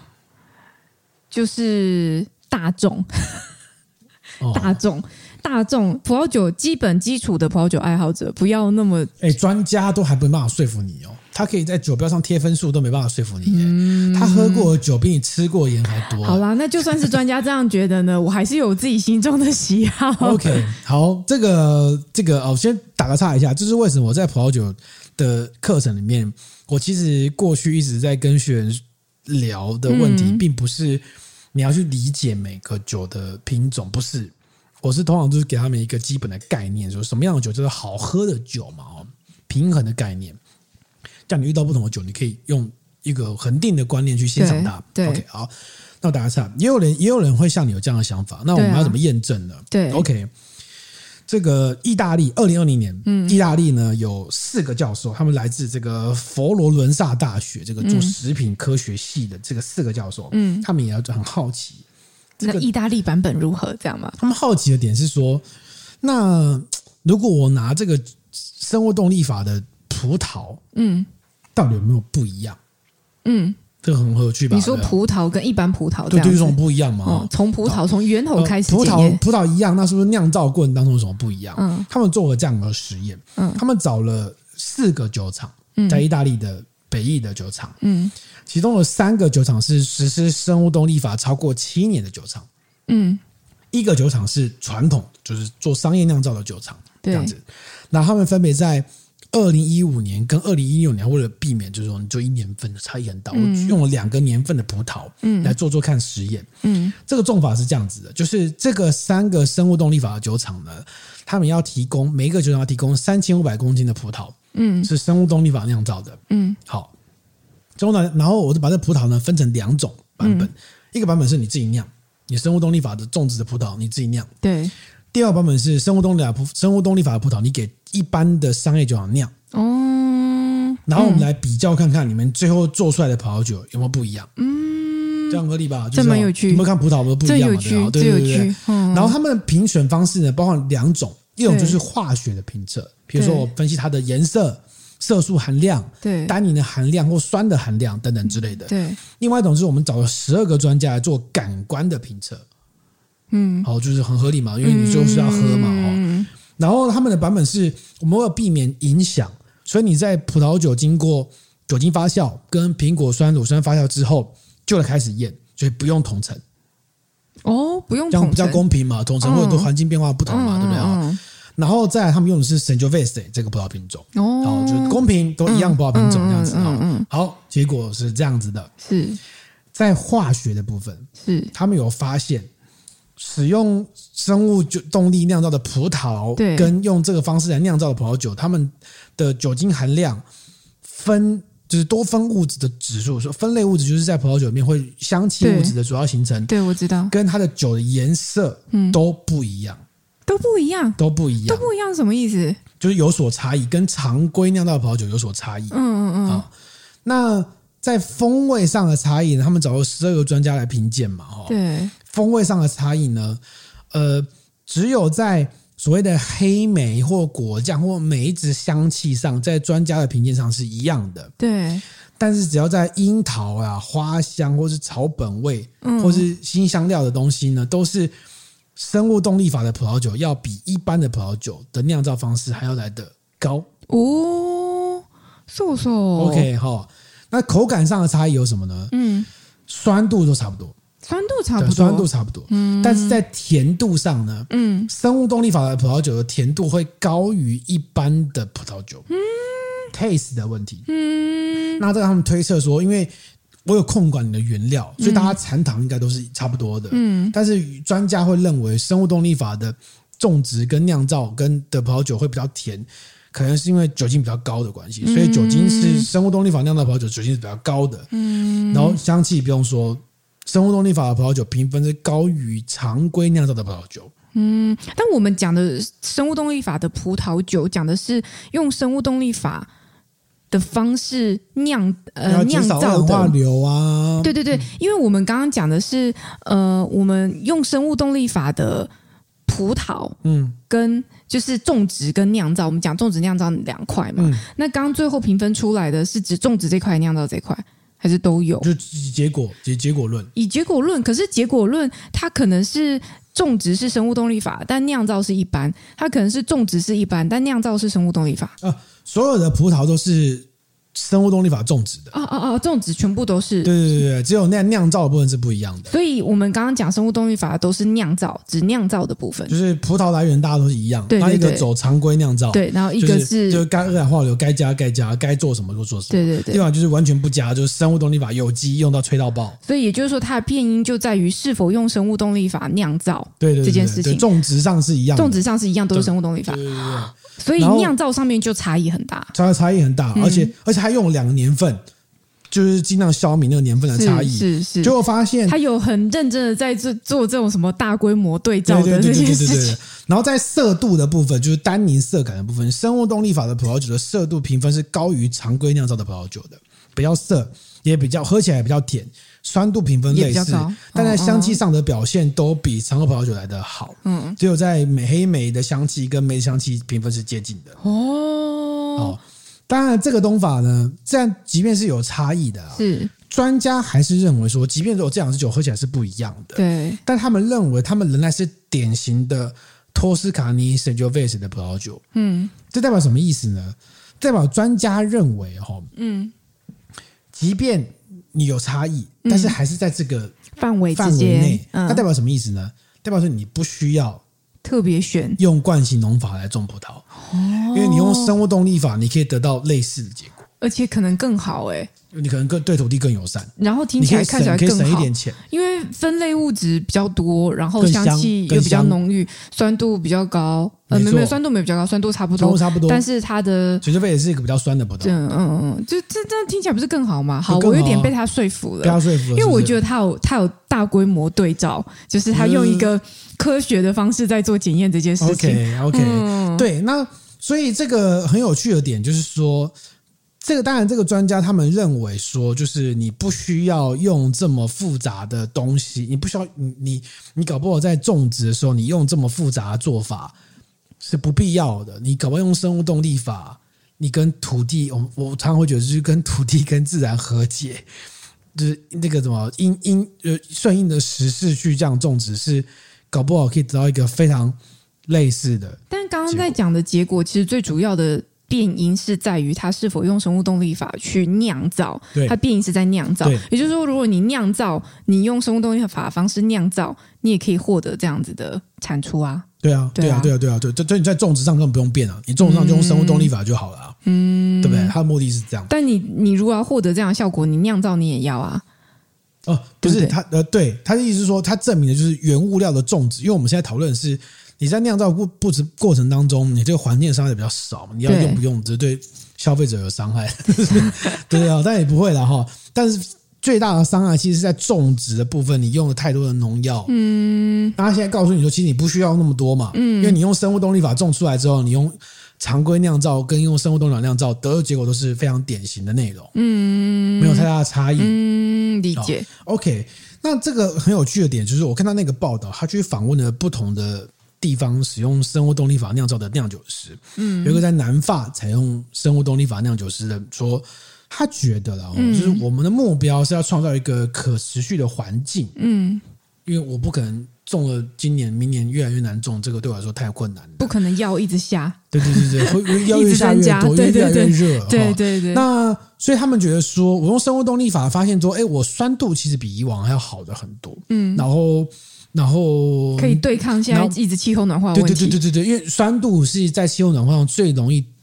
就是大众， 哦、 大众。大众葡萄酒基本基础的葡萄酒爱好者，不要那么哎，专家都还没办法说服你哦。他可以在酒标上贴分数，都没办法说服你。嗯、他喝过的酒比你吃过的盐还多。 好啦，那就算是专家这样觉得呢，我还是有自己心中的喜好。 OK， 好，这个这个哦，先打个岔一下，这是为什么我在葡萄酒的课程里面，我其实过去一直在跟学员聊的问题，嗯、并不是你要去理解每个酒的品种，不是。我是通常就是给他们一个基本的概念，说什么样的酒就是好喝的酒嘛，哦，平衡的概念。这样你遇到不同的酒，你可以用一个恒定的观念去欣赏它。 对 ，OK， 好，那我打个岔，也有人也有人会像你有这样的想法，那我们要怎么验证呢？ 对 ，OK， 这个意大利二零二零年，嗯，意大利呢有四个教授，他们来自这个佛罗伦萨大学，这个做食品科学系的这个四个教授，嗯，他们也很好奇。 那意大利版本如何？这样吗？ 他们好奇的点是说，那如果我拿这个生物动力法的葡萄，嗯，到底有没有不一样？嗯，这个很有趣吧？ 你说葡萄跟一般葡萄， 对对，有什么不一样吗？ 哦、从葡萄从源头开始、 呃，葡萄葡萄一样，那是不是酿造过程当中有什么不一样？嗯，他们做了这样的实验，嗯，他们找了四个酒厂，在意大利的北意的酒厂，嗯。其中有三个酒厂是实施生物动力法超过七年的酒厂，嗯，一个酒厂是传统，就是做商业酿造的酒厂，这样子。那他们分别在二零一五年跟二零一六年，为了避免就是说你就一年份的差异很大，嗯、我用了两个年份的葡萄，嗯，来做做看实验，嗯，这个种法是这样子的，就是这个三个生物动力法的酒厂呢，他们要提供每一个酒厂要提供三千五百公斤的葡萄，嗯，是生物动力法酿造的，嗯，好。中呢，然后我就把这葡萄呢分成两种版本，嗯、一个版本是你自己酿，你生物动力法的种植的葡萄你自己酿， 对。 第二个版本是生物动力法生物动力法的葡萄，你给一般的商业酒厂酿，哦。然后我们来比较看看你们最后做出来的葡萄酒有没有不一样，嗯，这样合理吧？ 这蛮有趣。 有没有看葡萄有没有不一样嘛？对对对对。嗯、然后他们的评选方式呢，包括两种，一种就是化学的评测，比如说我分析它的颜色。色素含量、对单宁的含量或酸的含量等等之类的。对，另外一种是我们找了十二个专家来做感官的评测。嗯，好，就是很合理嘛，因为你就是要喝嘛，嗯、然后他们的版本是我们为了避免影响，所以你在葡萄酒经过酒精发酵跟苹果酸、乳酸发酵之后，就来开始验，所以不用统称。 哦，不用统称， 这样比较公平嘛，统称会有很多环境变化不同嘛，嗯、对不对啊？嗯然后再来他们用的是 Sangiovese 这个葡萄品种，哦，然后就是公平都一样葡萄品种这样子啊。嗯嗯嗯、好，结果是这样子的，是在化学的部分，是他们有发现，使用生物动力酿造的葡萄，跟用这个方式来酿造的葡萄酒，他们的酒精含量分就是多酚物质的指数，说分类物质就是在葡萄酒里面会香气物质的主要形成， 对，我知道， 跟它的酒的颜色都不一样。 都不一样， 都不一样， 都不一样，什么意思？ 就是有所差异，跟常规酿造的葡萄酒有所差异。嗯嗯嗯。啊，那在风味上的差异呢？他们找了十二个专家来评鉴嘛，哈。对。风味上的差异呢，呃，只有在所谓的黑莓或果酱或梅子香气上，在专家的评鉴上是一样的。对。但是只要在樱桃啊、花香或是草本味，嗯、或是新香料的东西呢，都是。生物动力法的葡萄酒要比一般的葡萄酒的酿造方式还要来得高哦，瘦瘦 OK 哈，那口感上的差异有什么呢？嗯，酸度都差不多， 酸度差不多， 酸度差不多。嗯，但是在甜度上呢，嗯，生物动力法的葡萄酒的甜度会高于一般的葡萄酒。嗯 ，taste 的问题。嗯，那这个他们推测说，因为我有控管你的原料，所以大家残糖应该都是差不多的。嗯，但是专家会认为生物动力法的种植跟酿造跟的葡萄酒会比较甜，可能是因为酒精比较高的关系，所以酒精是生物动力法酿造葡萄酒酒精是比较高的。嗯，然后香气不用说，生物动力法的葡萄酒评分是高于常规酿造的葡萄酒。 嗯，但我们讲的生物动力法的葡萄酒，讲的是用生物动力法的方式酿呃酿造的， 减少化硫啊。 对对对，因为我们刚刚讲的是呃，我们用生物动力法的葡萄，嗯，跟就是种植跟酿造，我们讲种植酿造两块嘛。嗯、那刚刚最后评分出来的是指种植这块、酿造这块，还是都有？ 就结果结结果论， 以结果论，可是结果论它可能是。种植是生物动力法，但酿造是一般。它可能是种植是一般，但酿造是生物动力法。 啊，所有的葡萄都是生物动力法种植的。 啊啊啊！种植全部都是。 对对对对，只有那酿造的部分是不一样的。 所以我们刚刚讲生物动力法都是酿造，只酿造的部分， 就是葡萄来源大家都是一样。对对对，那一个走常规酿造， 对，然后一个是、 就是、就是该二氧化硫该加该加，该做什么就做什么。 对对对。 另外就是完全不加，就是生物动力法有机用到吹到爆。 所以也就是说，它的变因就在于是否用生物动力法酿造。对对对对，这件事情， 种植上是一样的， 种植上是一样，都是生物动力法。对对对对。所以酿造上面就差异很大， 差差异很大，嗯、而且而且还用两个年份，就是尽量消弭那个年份的差异。 是是是， 结果发现他有很认真的在做做这种什么大规模对照的这件事情。 然后在色度的部分，就是单宁色感的部分，生物动力法的葡萄酒的色度评分是高于常规酿造的葡萄酒的，比较涩，也比较喝起来也比较甜。酸度评分类似，但在香气上的表现都比常规葡萄酒来的好。嗯，只有在美黑莓的香气跟梅香气评分是接近的。哦，哦，当然这个东法呢，这样即便是有差异的、啊，是专家还是认为说，即便有这两支酒喝起来是不一样的，对，但他们认为他们仍然是典型的托斯卡尼 Sangiovese 的葡萄酒。嗯，这代表什么意思呢？代表专家认为哈，嗯，即便你有差异，但是还是在这个范围范围内，那、嗯、代表什么意思呢？代表说你不需要特别选用惯性农法来种葡萄，哦、因为你用生物动力法，你可以得到类似的结果， 而且可能更好哎、欸。 你可能更对土地更友善， 然后听起来看起来更好， 可以省一点钱， 因为分类物质比较多，然后香气又比较浓郁，酸度比较高，呃，没有没有酸度没有比较高，酸度差不多， 酸度差不多， 但是它的水菲也是一个比较酸的葡萄， 嗯嗯嗯，就这这样听起来不是更好吗？好，我有点被他说服了， 被他说服了， 因为我觉得他有他有大规模对照，就是他用一个科学的方式在做检验这件事情。 OK OK，、嗯、对，那所以这个很有趣的点就是说。这个当然，这个专家他们认为说，就是你不需要用这么复杂的东西，你不需要你你你搞不好在种植的时候，你用这么复杂的做法是不必要的。你搞不好用生物动力法，你跟土地，我我常常会觉得就是跟土地跟自然和解，就是那个什么因因呃顺应的时势去这样种植，是搞不好可以得到一个非常类似的。 但刚刚在讲的结果，其实最主要的。变因是在于它是否用生物动力法去酿造，它变因是在酿造，也就是说，如果你酿造，你用生物动力法的方式酿造，你也可以获得这样子的产出啊。 对啊，对啊，对啊，对啊，对，这你在种植上根本不用变啊，你种植上就用生物动力法就好了、啊，嗯，对不对？它的目的是这样。 但你你如果要获得这样的效果，你酿造你也要啊。 哦，不是，他呃，对，他的意思是说，他证明的就是原物料的种植，因为我们现在讨论的是。你在酿造不不过程当中，你这个环境伤害比较少，你要用不用，只是对消费者有伤害，对啊，但也不会啦哈。但是最大的伤害其实是在种植的部分，你用了太多的农药。嗯，那他现在告诉你说，其实你不需要那么多嘛，嗯，因为你用生物动力法种出来之后，你用常规酿造跟用生物动力法酿造得的结果都是非常典型的内容，嗯，没有太大的差异。 嗯，理解。 哦、OK， 那这个很有趣的点就是，我看到那个报道，他去访问了不同的。地方使用生物动力法酿造的酿酒师，嗯，有一个在南法采用生物动力法酿酒师的说，他觉得啦、嗯，就是我们的目标是要创造一个可持续的环境，嗯，因为我不可能种了今年明年越来越难种，这个对我来说太困难了， 不可能药一直下， 对对对对，会药越下越多，越越来越热， 对对对。 那所以他们觉得说，我用生物动力法发现说，哎，我酸度其实比以往还要好的很多，嗯，然后。然后可以对抗现在一直气候暖化的问题。 对对对对对对，因为酸度是在气候暖化上最容易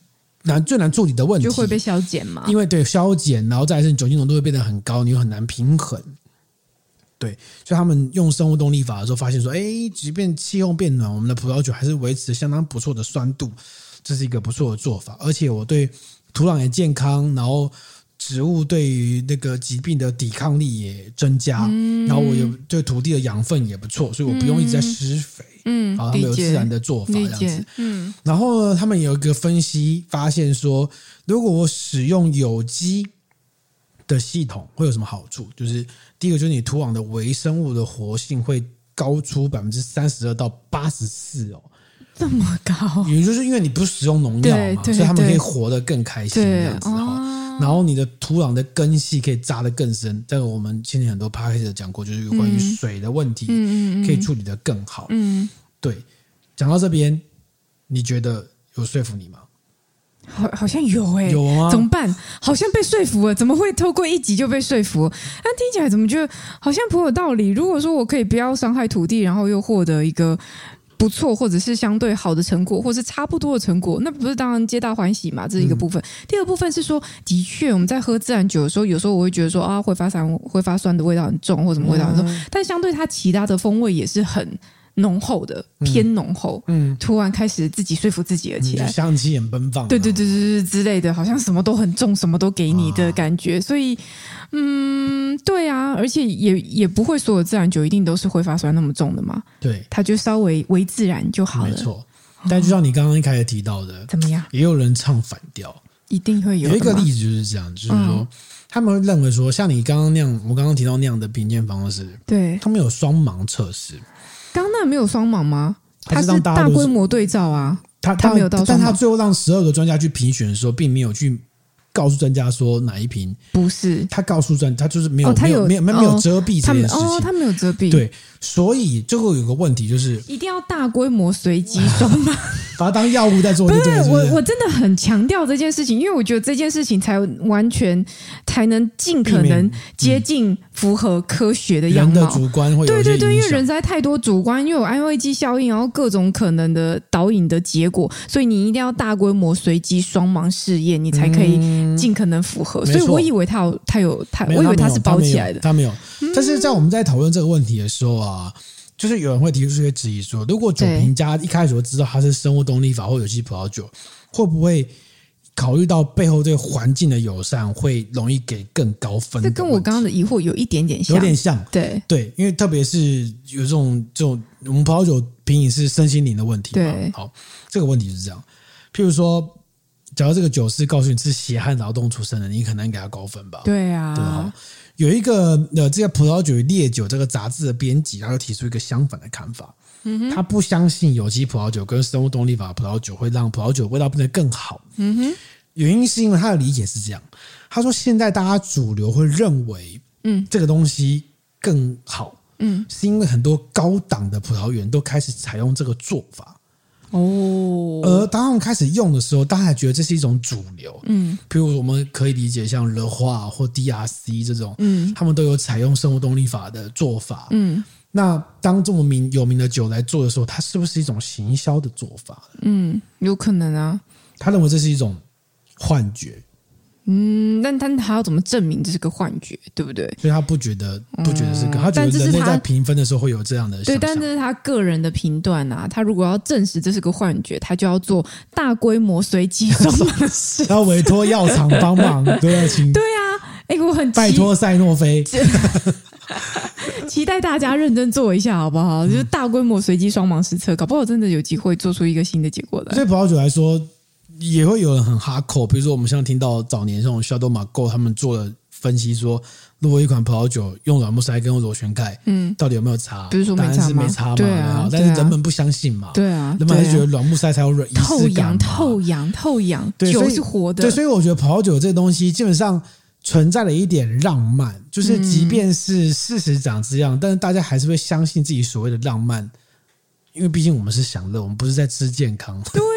难最难处理的问题， 就会被消减嘛。 因为对消减，然后再来是酒精浓度会变得很高，你又很难平衡。对，所以他们用生物动力法的时候发现说，哎，即便气候变暖，我们的葡萄酒还是维持相当不错的酸度，这是一个不错的做法。而且我对土壤也健康，然后植物对于那个疾病的抵抗力也增加，嗯、然后我有对土地的养分也不错，所以我不用一直在施肥。嗯，啊，他们有自然的做法这样子。嗯，然后呢，他们有一个分析发现说，如果我使用有机的系统会有什么好处？就是第一个，就是你土壤的微生物的活性会高出百分之三十二到八十四哦， 这么高， 也就是因为你不是使用农药嘛，所以他们可以活得更开心这样子哈。哦、然后你的土壤的根系可以扎得更深，这个我们前面很多 podcast 讲过，就是有关于水的问题，嗯、可以处理得更好。嗯，对。讲到这边，你觉得有说服你吗？ 好，好像有诶、欸， 有吗？ 怎么办？好像被说服了，怎么会透过一集就被说服？但听起来怎么觉得好像颇有道理？如果说我可以不要伤害土地，然后又获得一个不错或者是相对好的成果，或是差不多的成果，那不是当然皆大欢喜嘛？这是一个部分。嗯、第二部分是说，的确我们在喝自然酒的时候，有时候我会觉得说啊，挥发酸、挥发酸的味道很重，或什么味道很重，嗯、但相对它其他的风味也是很浓厚的，偏浓厚，嗯，突然开始自己说服自己了起来， 香气很奔放， 对对对对对之类的，好像什么都很重，什么都给你的感觉，啊、所以，嗯，对啊，而且也也不会所有自然酒一定都是挥发酸那么重的嘛， 对， 它就稍微微自然就好了，没错。但就像你刚刚一开始提到的， 怎么样？ 也有人唱反调， 一定会有。 有一个例子就是这样，就是说。嗯他们会认为说，像你刚刚那样，我刚刚提到那样的评鉴方式， 对， 他们有双盲测试。 刚刚那没有双盲吗？它是大规模对照啊， 他他没有到双盲， 但他最后让十二个专家去评选的时候，并没有去告诉专家说哪一瓶不是。 他告诉专，他就是没有、 哦、他有没有没有没有遮蔽这件事情。 哦，他没有遮蔽。 对，所以最后有个问题就是， 一定要大规模随机双盲。 把它当药物在做就对了，是不是？ 我我真的很强调这件事情，因为我觉得这件事情才完全才能尽可能接近符合科学的样貌。 人的主观会有一些影响， 对对对，因为人实在太多主观，因为有安慰剂效应，然后各种可能的导引的结果，所以你一定要大规模随机双盲试验，你才可以尽可能符合。嗯、所以我以为他有他有他，我以为他是包起来的， 他没有。他没有但是在我们在讨论这个问题的时候啊。就是有人会提出一些质疑说，如果酒评家一开始就知道它是生物动力法或有机葡萄酒，会不会考虑到背后对环境的友善，会容易给更高分的？ 这跟我刚刚的疑惑有一点点像， 有点像， 对对，因为特别是有这种这种我们葡萄酒品饮是身心灵的问题嘛。 对， 好，这个问题是这样，譬如说，假如这个酒师告诉你是血汗劳动出身的，你可能给他高分吧？ 对啊， 对吧？有一个呃，这个葡萄酒与烈酒这个杂志的编辑，他就提出一个相反的看法。嗯哼，他不相信有机葡萄酒跟生物动力法葡萄酒会让葡萄酒味道变得更好。嗯哼，原因是因为他的理解是这样，他说现在大家主流会认为，嗯，这个东西更好，嗯，是因为很多高档的葡萄园都开始采用这个做法。哦，而当他们开始用的时候，大家还觉得这是一种主流。嗯，譬如我们可以理解像乐华或 D R C 这种，嗯，他们都有采用生物动力法的做法。嗯，那当这么名有名的酒来做的时候，它是不是一种行销的做法？ 嗯，有可能啊。 他认为这是一种幻觉。 嗯，但他他要怎么证明这是个幻觉，对不对？ 所以他不觉得不觉得是个，嗯、他觉得人类在评分的时候会有这样的想象。 对，但这是他个人的评断啊。他如果要证实这是个幻觉，他就要做大规模随机双盲的事， 要委托药厂帮忙，对啊，请对啊，哎，我很拜托赛诺菲， 期待大家认真做一下，好不好？嗯、就是大规模随机双盲实测，搞不好真的有机会做出一个新的结果来。 对葡萄酒来说。也会有人很哈口，比如说我们像听到早年这种 Chateau Margaux 他们做了分析说，如果一款葡萄酒用软木塞跟用螺旋盖，嗯，到底有没有差？ 比如说没差吗？ 当然是没差嘛， 对啊， 但是人们不相信嘛， 对啊， 人们还是觉得软木塞才有仪式感嘛， 透氧透氧，酒是活的， 对，所以我觉得葡萄酒这个东西基本上存在了一点浪漫，就是即便是事实长这样，嗯、但是大家还是会相信自己所谓的浪漫，因为毕竟我们是享乐，我们不是在吃健康。 对。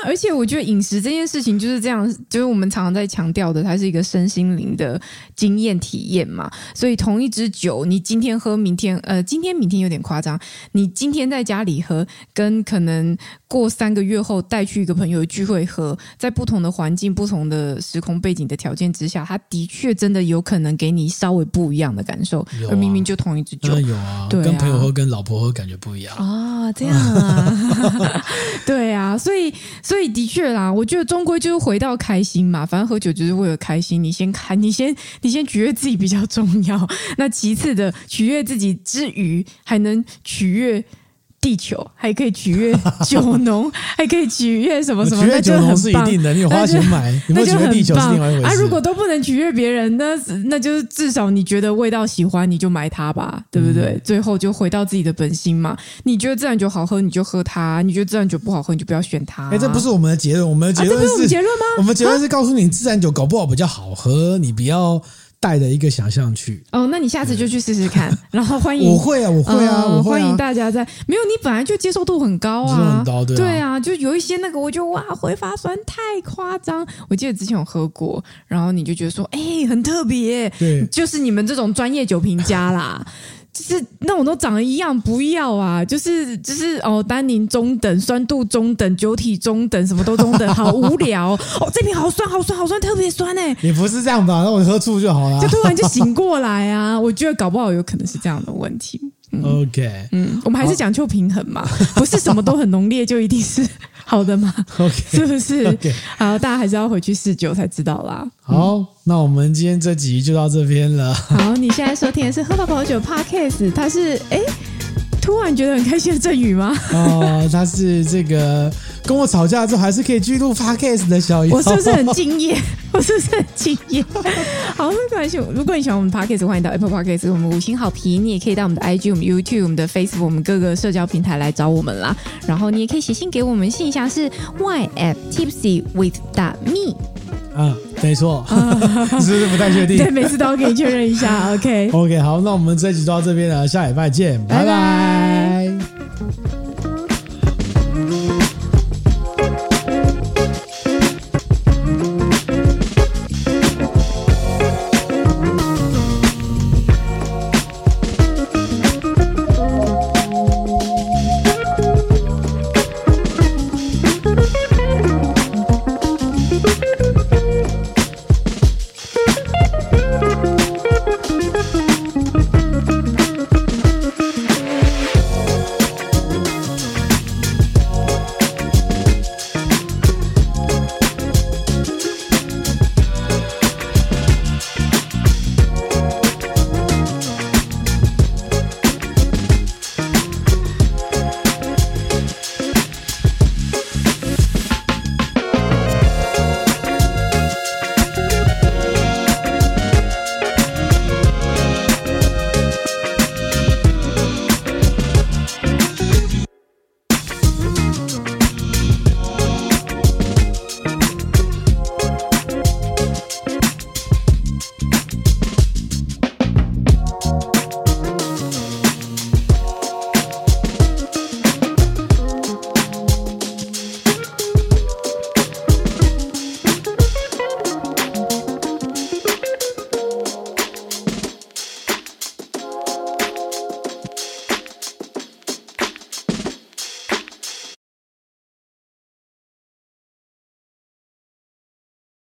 而且我觉得饮食这件事情就是这样，就是我们常常在强调的，它是一个身心灵的经验体验嘛。所以同一支酒，你今天喝，明天呃，今天明天有点夸张，你今天在家里喝，跟可能过三个月后带去一个朋友的聚会喝，在不同的环境、不同的时空背景的条件之下，它的确真的有可能给你稍微不一样的感受。啊、而明明就同一支酒， 有啊， 对啊， 跟朋友喝跟老婆喝感觉不一样啊，这样啊，对啊，所以所以的确啦，我觉得终归就是回到开心嘛，反正喝酒就是为了开心，你先看，你先你先取悦自己比较重要，那其次的取悦自己之余，还能取悦地球，还可以取悦酒农，还可以取悦什么什么， 取悦酒农是一定的，你有花钱买，有没有取悦地球是另外一回事。 啊，如果都不能取悦别人，那那就是至少你觉得味道喜欢，你就买它吧，对不对？嗯、最后就回到自己的本心嘛。你觉得自然酒好喝，你就喝它；你觉得自然酒不好喝，你就不要选它。 哎，这不是我们的结论，我们的结论是，啊、这不是我们结论吗？我们结论是告诉你，自然酒搞不好比较好喝，你不要带着一个想象去哦，那你下次就去试试看，然后欢迎我会啊，我会啊，呃、我会啊， 欢迎大家在没有你本来就接受度很高啊， 很高对啊， 对啊，就有一些那个我觉得哇挥发酸太夸张，我记得之前有喝过，然后你就觉得说哎、欸、很特别， 对， 就是你们这种专业酒评家啦。就是那种都长得一样，不要啊！就是就是哦，单宁中等，酸度中等，酒体中等，什么都中等，好无聊哦！这瓶好酸，好酸，好酸，特别酸哎、欸！ 你不是这样吧？那我喝醋就好了， 就突然就醒过来啊！我觉得搞不好有可能是这样的问题。嗯、 OK， 嗯，我们还是讲究平衡嘛，不是什么都很浓烈就一定是好的嘛 ？OK， 是不是？ Okay. 好，大家还是要回去试酒才知道啦。 好， 嗯、 那我们今天这集就到这边了。 好，你现在收听的是喝到饱酒 Podcast， 它是哎。突然觉得很开心的振宇吗？ 哦，他是这个跟我吵架之后还是可以继续录 podcast 的小妖。 我是不是很敬业？我是不是很敬业？好，没关系。如果你喜欢我们 podcast， 欢迎到 Apple Podcast 给我们五星好评。你也可以到我们的 I G、我们 YouTube、我们的 Facebook、我们各个社交平台来找我们啦。然后你也可以写信给我们，信箱是 y at tipsy with me。 啊，没错，是不是不太确定？ 对，每次都要给你确认一下。OK，OK，、 okay. okay, 好，那我们这集就到这边了，下礼拜见，拜拜。拜拜。